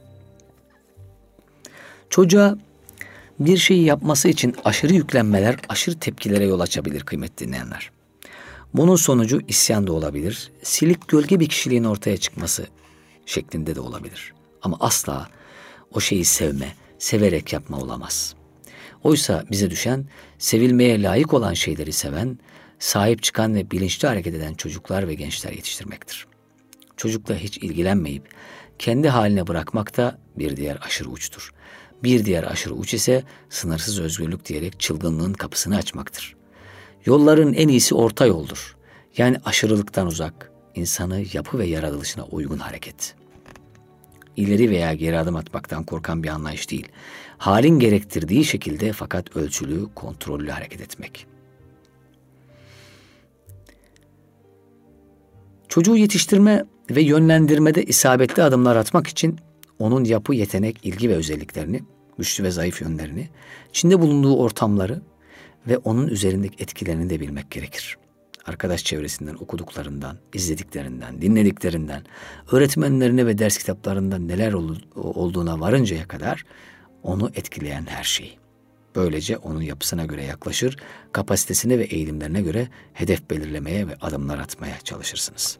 Çocuğa bir şeyi yapması için aşırı yüklenmeler, aşırı tepkilere yol açabilir kıymetli dinleyenler. Bunun sonucu isyan da olabilir, silik gölge bir kişiliğin ortaya çıkması şeklinde de olabilir. Ama asla o şeyi sevme, severek yapma olamaz. Oysa bize düşen, sevilmeye layık olan şeyleri seven, sahip çıkan ve bilinçli hareket eden çocuklar ve gençler yetiştirmektir. Çocukla hiç ilgilenmeyip kendi haline bırakmak da bir diğer aşırı uçtur. Bir diğer aşırı uç ise sınırsız özgürlük diyerek çılgınlığın kapısını açmaktır. Yolların en iyisi orta yoldur. Yani aşırılıktan uzak, insanı yapı ve yaratılışına uygun hareket. İleri veya geri adım atmaktan korkan bir anlayış değil. Halin gerektirdiği şekilde fakat ölçülü, kontrollü hareket etmek. Çocuğu yetiştirme ve yönlendirmede isabetli adımlar atmak için onun yapı, yetenek, ilgi ve özelliklerini, güçlü ve zayıf yönlerini, içinde bulunduğu ortamları ve onun üzerindeki etkilerini de bilmek gerekir. Arkadaş çevresinden, okuduklarından, izlediklerinden, dinlediklerinden, öğretmenlerine ve ders kitaplarından neler olduğuna varıncaya kadar onu etkileyen her şey. Böylece onun yapısına göre yaklaşır, kapasitesine ve eğilimlerine göre hedef belirlemeye ve adımlar atmaya çalışırsınız.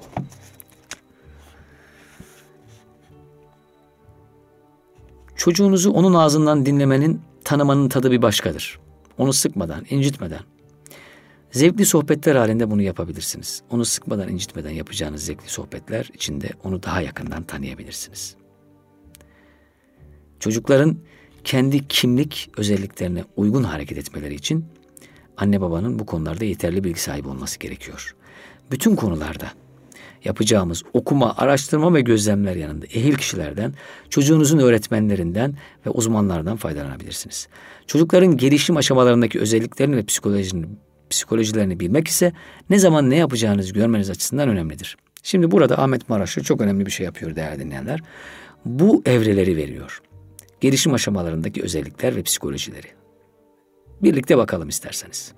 Çocuğunuzu onun ağzından dinlemenin, tanımanın tadı bir başkadır. Onu sıkmadan, incitmeden, zevkli sohbetler halinde bunu yapabilirsiniz. Onu sıkmadan, incitmeden yapacağınız zevkli sohbetler içinde onu daha yakından tanıyabilirsiniz. Çocukların kendi kimlik özelliklerine uygun hareket etmeleri için anne babanın bu konularda yeterli bilgi sahibi olması gerekiyor. Bütün konularda yapacağımız okuma, araştırma ve gözlemler yanında ehil kişilerden, çocuğunuzun öğretmenlerinden ve uzmanlardan faydalanabilirsiniz. Çocukların gelişim aşamalarındaki özelliklerini ve psikolojilerini bilmek ise ne zaman ne yapacağınızı görmeniz açısından önemlidir. Şimdi burada Ahmet Maraşlı çok önemli bir şey yapıyor değerli dinleyenler. Bu evreleri veriyor. Gelişim aşamalarındaki özellikler ve psikolojileri. Birlikte bakalım isterseniz.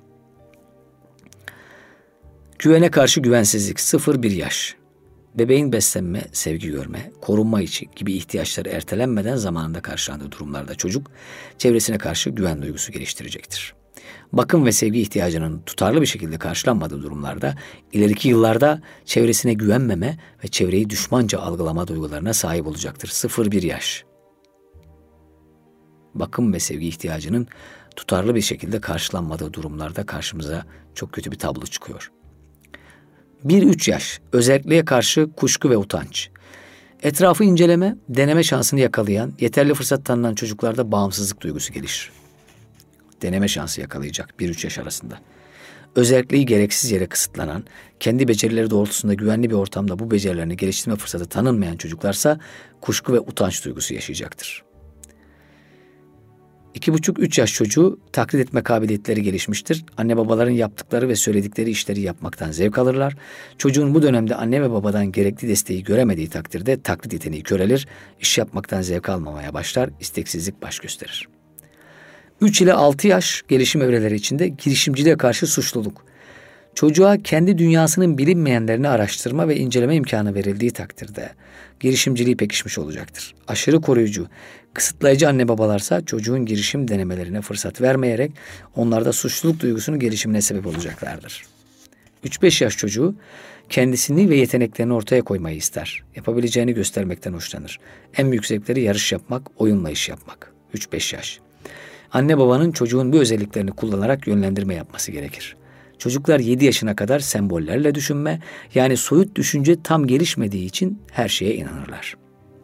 Güvene karşı güvensizlik 0-1 yaş. Bebeğin beslenme, sevgi görme, korunma için gibi ihtiyaçları ertelenmeden zamanında karşılandığı durumlarda çocuk çevresine karşı güven duygusu geliştirecektir. Bakım ve sevgi ihtiyacının tutarlı bir şekilde karşılanmadığı durumlarda ileriki yıllarda çevresine güvenmeme ve çevreyi düşmanca algılama duygularına sahip olacaktır. 0-1 yaş. Bakım ve sevgi ihtiyacının tutarlı bir şekilde karşılanmadığı durumlarda karşımıza çok kötü bir tablo çıkıyor. 1-3 yaş, özelliğe karşı kuşku ve utanç. Etrafı inceleme, deneme şansını yakalayan, yeterli fırsat tanınan çocuklarda bağımsızlık duygusu gelişir. Deneme şansı yakalayacak 1-3 yaş arasında. Özelliği gereksiz yere kısıtlanan, kendi becerileri doğrultusunda güvenli bir ortamda bu becerilerini geliştirme fırsatı tanınmayan çocuklarsa kuşku ve utanç duygusu yaşayacaktır. 2,5-3 yaş çocuğu taklit etme kabiliyetleri gelişmiştir. Anne babaların yaptıkları ve söyledikleri işleri yapmaktan zevk alırlar. Çocuğun bu dönemde anne ve babadan gerekli desteği göremediği takdirde taklit yeteneği körelir, iş yapmaktan zevk almamaya başlar, isteksizlik baş gösterir. 3 ile 6 yaş gelişim evreleri içinde girişimciliğe karşı suçluluk. Çocuğa kendi dünyasının bilinmeyenlerini araştırma ve inceleme imkanı verildiği takdirde girişimciliği pekişmiş olacaktır. Aşırı koruyucu, kısıtlayıcı anne babalarsa çocuğun girişim denemelerine fırsat vermeyerek onlarda suçluluk duygusunun gelişimine sebep olacaklardır. 3-5 yaş çocuğu kendisini ve yeteneklerini ortaya koymayı ister. Yapabileceğini göstermekten hoşlanır. En büyük zevkleri yarış yapmak, oyunla iş yapmak. 3-5 yaş. Anne babanın çocuğun bu özelliklerini kullanarak yönlendirme yapması gerekir. Çocuklar 7 yaşına kadar sembollerle düşünme, yani soyut düşünce tam gelişmediği için her şeye inanırlar.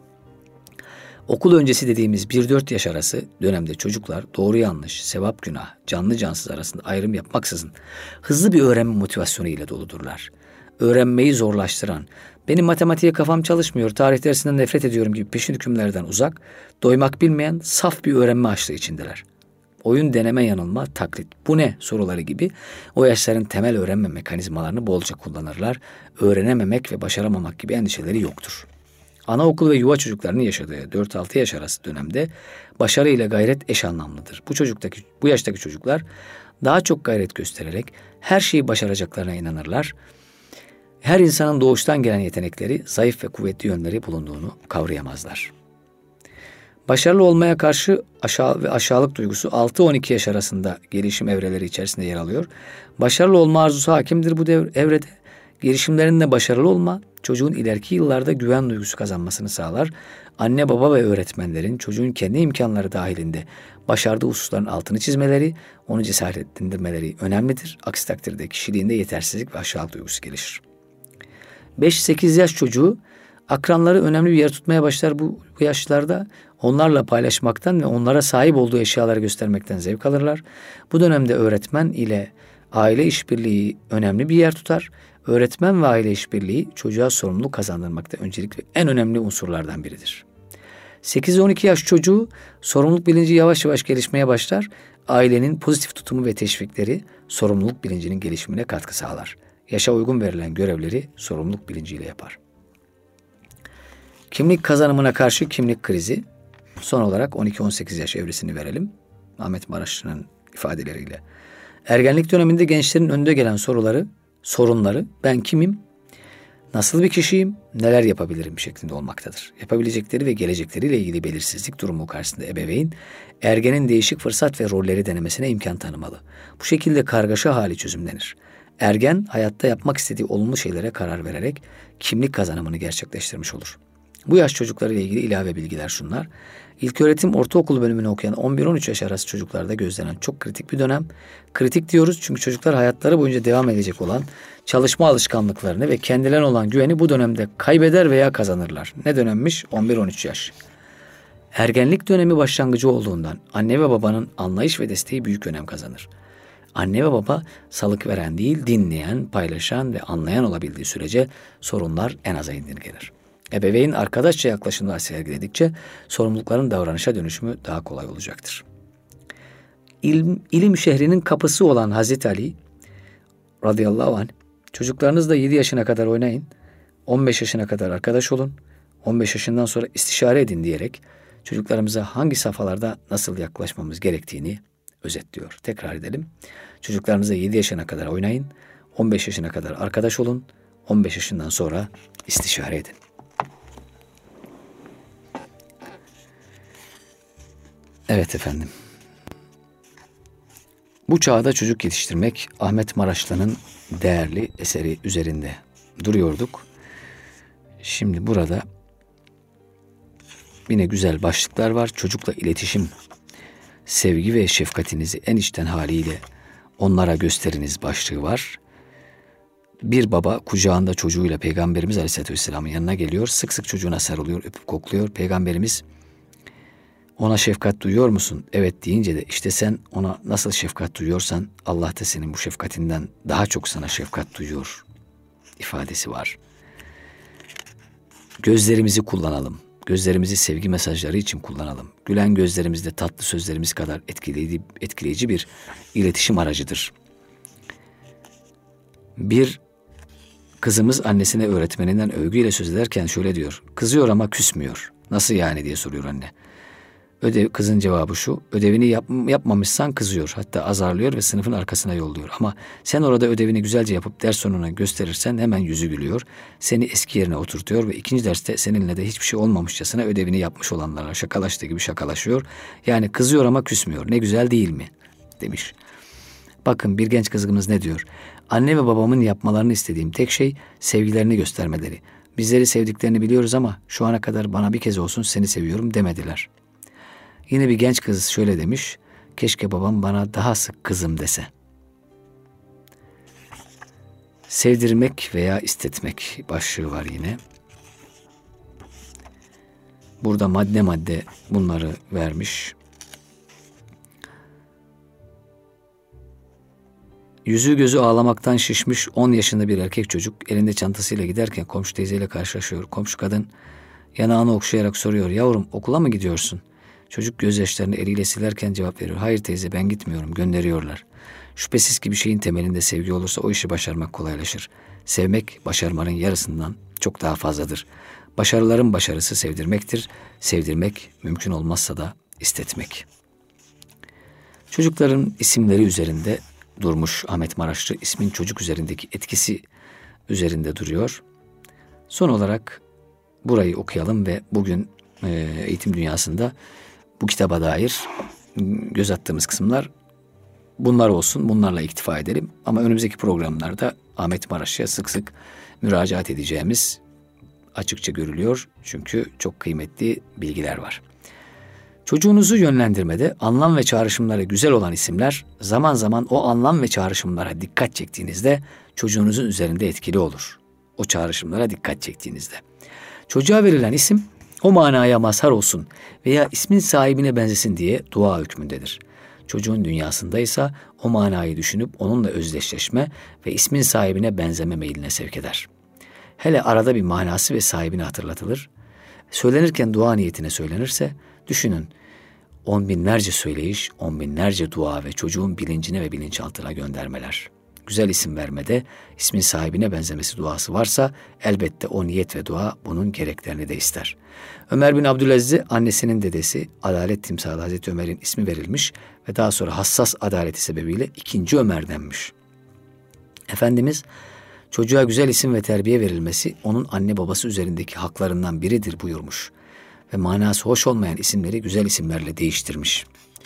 Okul öncesi dediğimiz 1-4 yaş arası dönemde çocuklar doğru yanlış, sevap günah, canlı cansız arasında ayrım yapmaksızın hızlı bir öğrenme motivasyonu ile doludurlar. Öğrenmeyi zorlaştıran, benim matematiğe kafam çalışmıyor, tarih dersinden nefret ediyorum gibi peşin hükümlerden uzak, doymak bilmeyen saf bir öğrenme açlığı içindeler. Oyun, deneme, yanılma, taklit. Bu ne soruları gibi o yaşların temel öğrenme mekanizmalarını bolca kullanırlar. Öğrenememek ve başaramamak gibi endişeleri yoktur. Anaokul ve yuva çocuklarının yaşadığı 4-6 yaş arası dönemde başarı ile gayret eş anlamlıdır. Bu yaştaki çocuklar daha çok gayret göstererek her şeyi başaracaklarına inanırlar. Her insanın doğuştan gelen yetenekleri, zayıf ve kuvvetli yönleri bulunduğunu kavrayamazlar. Başarılı olmaya karşı aşağılık duygusu 6-12 yaş arasında gelişim evreleri içerisinde yer alıyor. Başarılı olma arzusu hakimdir bu evrede. Girişimlerinde başarılı olma, çocuğun ileriki yıllarda güven duygusu kazanmasını sağlar. Anne baba ve öğretmenlerin çocuğun kendi imkanları dahilinde başardığı hususların altını çizmeleri, onu cesaretlendirmeleri önemlidir. Aksi takdirde kişiliğinde yetersizlik ve aşağılık duygusu gelişir. 5-8 yaş çocuğu akranları önemli bir yer tutmaya başlar bu yaşlarda. Onlarla paylaşmaktan ve onlara sahip olduğu eşyaları göstermekten zevk alırlar. Bu dönemde öğretmen ile aile işbirliği önemli bir yer tutar. Öğretmen ve aile işbirliği çocuğa sorumluluk kazandırmakta öncelikli en önemli unsurlardan biridir. 8-12 yaş çocuğu sorumluluk bilinci yavaş yavaş gelişmeye başlar. Ailenin pozitif tutumu ve teşvikleri sorumluluk bilincinin gelişimine katkı sağlar. Yaşa uygun verilen görevleri sorumluluk bilinciyle yapar. Kimlik kazanımına karşı kimlik krizi. Son olarak 12-18 yaş evresini verelim. Ahmet Maraşlı'nın ifadeleriyle. Ergenlik döneminde gençlerin önde gelen sorunları ben kimim, nasıl bir kişiyim, neler yapabilirim şeklinde olmaktadır. Yapabilecekleri ve gelecekleriyle ilgili belirsizlik durumu karşısında ebeveyn, ergenin değişik fırsat ve rolleri denemesine imkan tanımalı. Bu şekilde kargaşa hali çözümlenir. Ergen hayatta yapmak istediği olumlu şeylere karar vererek kimlik kazanımını gerçekleştirmiş olur. Bu yaş çocukları ile ilgili ilave bilgiler şunlar. İlköğretim ortaokul bölümünü okuyan 11-13 yaş arası çocuklarda gözlenen çok kritik bir dönem. Kritik diyoruz çünkü çocuklar hayatları boyunca devam edecek olan çalışma alışkanlıklarını ve kendilerine olan güveni bu dönemde kaybeder veya kazanırlar. Ne dönemmiş? 11-13 yaş. Ergenlik dönemi başlangıcı olduğundan anne ve babanın anlayış ve desteği büyük önem kazanır. Anne ve baba salık veren değil, dinleyen, paylaşan ve anlayan olabildiği sürece sorunlar en aza indirgenir. Ebeveyn arkadaşça yaklaşımlar sergiledikçe sorumlulukların davranışa dönüşümü daha kolay olacaktır. İlim şehrinin kapısı olan Hazreti Ali radıyallahu anh, çocuklarınızla 7 yaşına kadar oynayın, 15 yaşına kadar arkadaş olun, 15 yaşından sonra istişare edin diyerek çocuklarımıza hangi safhalarda nasıl yaklaşmamız gerektiğini özetliyor. Tekrar edelim. Çocuklarınızla 7 yaşına kadar oynayın, 15 yaşına kadar arkadaş olun, 15 yaşından sonra istişare edin. Evet efendim. Bu çağda çocuk yetiştirmek Ahmet Maraşlı'nın değerli eseri üzerinde duruyorduk. Şimdi burada yine güzel başlıklar var. Çocukla iletişim, sevgi ve şefkatinizi en içten haliyle onlara gösteriniz başlığı var. Bir baba kucağında çocuğuyla Peygamberimiz Aleyhisselatü Vesselam'ın yanına geliyor. Sık sık çocuğuna sarılıyor, öpüp kokluyor. Peygamberimiz ona şefkat duyuyor musun? Evet deyince de işte sen ona nasıl şefkat duyuyorsan Allah da senin bu şefkatinden daha çok sana şefkat duyuyor ifadesi var. Gözlerimizi kullanalım. Gözlerimizi sevgi mesajları için kullanalım. Gülen gözlerimiz de tatlı sözlerimiz kadar etkileyici bir iletişim aracıdır. Bir kızımız annesine öğretmeninden övgüyle söz ederken şöyle diyor. Kızıyor ama küsmüyor. Nasıl yani diye soruyor anne. Kızın cevabı şu: ödevini yapmamışsan kızıyor, hatta azarlıyor ve sınıfın arkasına yolluyor. Ama sen orada ödevini güzelce yapıp ders sonuna gösterirsen hemen yüzü gülüyor. Seni eski yerine oturtuyor ve ikinci derste seninle de hiçbir şey olmamışçasına ödevini yapmış olanlarla şakalaştığı gibi şakalaşıyor. Yani kızıyor ama küsmüyor. Ne güzel değil mi? Demiş. Bakın bir genç kızımız ne diyor? Anne ve babamın yapmalarını istediğim tek şey sevgilerini göstermeleri. Bizleri sevdiklerini biliyoruz ama şu ana kadar bana bir kez olsun seni seviyorum demediler. Yine bir genç kız şöyle demiş: keşke babam bana daha sık kızım dese. Sevdirmek veya istetmek başlığı var yine. Burada madde madde bunları vermiş. Yüzü gözü ağlamaktan şişmiş 10 yaşında bir erkek çocuk elinde çantasıyla giderken komşu teyzeyle karşılaşıyor. Komşu kadın yanağını okşayarak soruyor: yavrum, okula mı gidiyorsun? Çocuk gözyaşlarını eliyle silerken cevap veriyor: hayır teyze, ben gitmiyorum, gönderiyorlar. Şüphesiz ki bir şeyin temelinde sevgi olursa o işi başarmak kolaylaşır. Sevmek başarmanın yarısından çok daha fazladır. Başarıların başarısı sevdirmektir. Sevdirmek mümkün olmazsa da istetmek. Çocukların isimleri üzerinde durmuş Ahmet Maraşlı, ismin çocuk üzerindeki etkisi üzerinde duruyor. Son olarak burayı okuyalım ve bugün eğitim dünyasında bu kitaba dair göz attığımız kısımlar bunlar olsun. Bunlarla iktifa edelim. Ama önümüzdeki programlarda Ahmet Maraşlı'ya sık sık müracaat edeceğimiz açıkça görülüyor. Çünkü çok kıymetli bilgiler var. Çocuğunuzu yönlendirmede anlam ve çağrışımları güzel olan isimler zaman zaman o anlam ve çağrışımlara dikkat çektiğinizde çocuğunuzun üzerinde etkili olur. O çağrışımlara dikkat çektiğinizde. Çocuğa verilen isim o manaya mazhar olsun veya ismin sahibine benzesin diye dua hükmündedir. Çocuğun dünyasındaysa o manayı düşünüp onunla özdeşleşme ve ismin sahibine benzeme meyline sevk eder. Hele arada bir manası ve sahibini hatırlatılır. Söylenirken dua niyetine söylenirse düşünün, 10 binlerce söyleyiş, 10 binlerce dua ve çocuğun bilincine ve bilinçaltına göndermeler. Güzel isim vermede ismin sahibine benzemesi duası varsa elbette o niyet ve dua bunun gereklerini de ister. Ömer bin Abdülaziz'e annesinin dedesi adalet timsali Hazreti Ömer'in ismi verilmiş ve daha sonra hassas adaleti sebebiyle 2. Ömer denmiş. Efendimiz çocuğa güzel isim ve terbiye verilmesi onun anne babası üzerindeki haklarından biridir buyurmuş ve manası hoş olmayan isimleri güzel isimlerle değiştirmiş.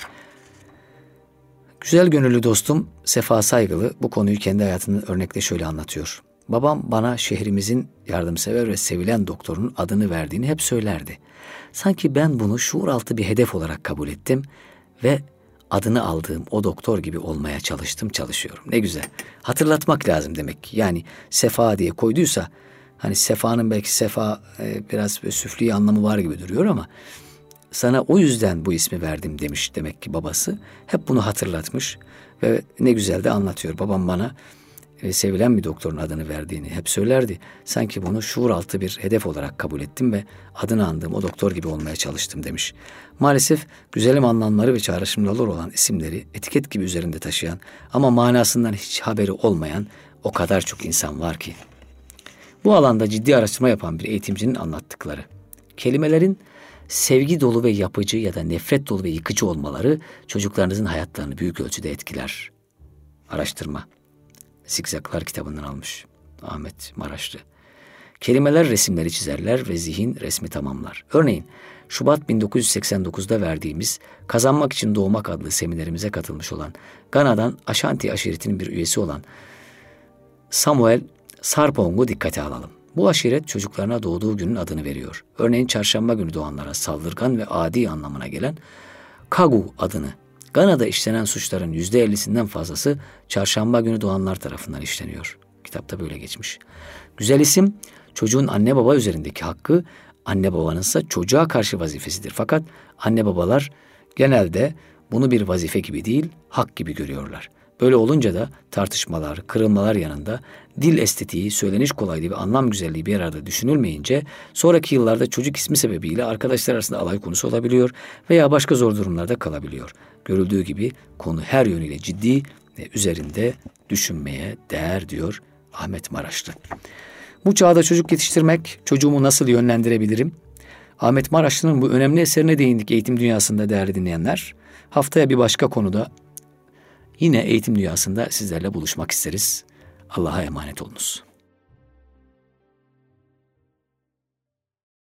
Güzel gönüllü dostum Sefa Saygılı bu konuyu kendi hayatının örnekle şöyle anlatıyor. Babam bana şehrimizin yardımsever ve sevilen doktorunun adını verdiğini hep söylerdi. Sanki ben bunu şuuraltı bir hedef olarak kabul ettim ve adını aldığım o doktor gibi olmaya çalışıyorum. Ne güzel. Hatırlatmak lazım demek. Yani Sefa diye koyduysa, hani Sefa'nın belki Sefa biraz süfli anlamı var gibi duruyor ama sana o yüzden bu ismi verdim demiş demek ki babası. Hep bunu hatırlatmış ve ne güzel de anlatıyor. Babam bana sevilen bir doktorun adını verdiğini hep söylerdi. Sanki bunu şuuraltı bir hedef olarak kabul ettim ve adını andığım o doktor gibi olmaya çalıştım demiş. Maalesef güzelim anlamları ve çağrışımları olan isimleri etiket gibi üzerinde taşıyan ama manasından hiç haberi olmayan o kadar çok insan var ki. Bu alanda ciddi araştırma yapan bir eğitimcinin anlattıkları. Kelimelerin sevgi dolu ve yapıcı ya da nefret dolu ve yıkıcı olmaları çocuklarınızın hayatlarını büyük ölçüde etkiler. Araştırma. Zikzaklar kitabından almış Ahmet Maraşlı. Kelimeler resimleri çizerler ve zihin resmi tamamlar. Örneğin Şubat 1989'da verdiğimiz Kazanmak için Doğmak adlı seminerimize katılmış olan Gana'dan Ashanti aşiretinin bir üyesi olan Samuel Sarpong'u dikkate alalım. Bu aşiret çocuklarına doğduğu günün adını veriyor. Örneğin çarşamba günü doğanlara saldırgan ve adi anlamına gelen Kagu adını. Gana'da işlenen suçların %50'sinden fazlası çarşamba günü doğanlar tarafından işleniyor. Kitapta böyle geçmiş. Güzel isim çocuğun anne baba üzerindeki hakkı, anne babanınsa çocuğa karşı vazifesidir. Fakat anne babalar genelde bunu bir vazife gibi değil, hak gibi görüyorlar. Böyle olunca da tartışmalar, kırılmalar yanında dil estetiği, söyleniş kolaylığı ve anlam güzelliği bir arada düşünülmeyince sonraki yıllarda çocuk ismi sebebiyle arkadaşlar arasında alay konusu olabiliyor veya başka zor durumlarda kalabiliyor. Görüldüğü gibi konu her yönüyle ciddi ve üzerinde düşünmeye değer diyor Ahmet Maraşlı. Bu çağda çocuk yetiştirmek, çocuğumu nasıl yönlendirebilirim? Ahmet Maraşlı'nın bu önemli eserine değindik eğitim dünyasında değerli dinleyenler. Haftaya bir başka konuda yine eğitim dünyasında sizlerle buluşmak isteriz. Allah'a emanet olunuz.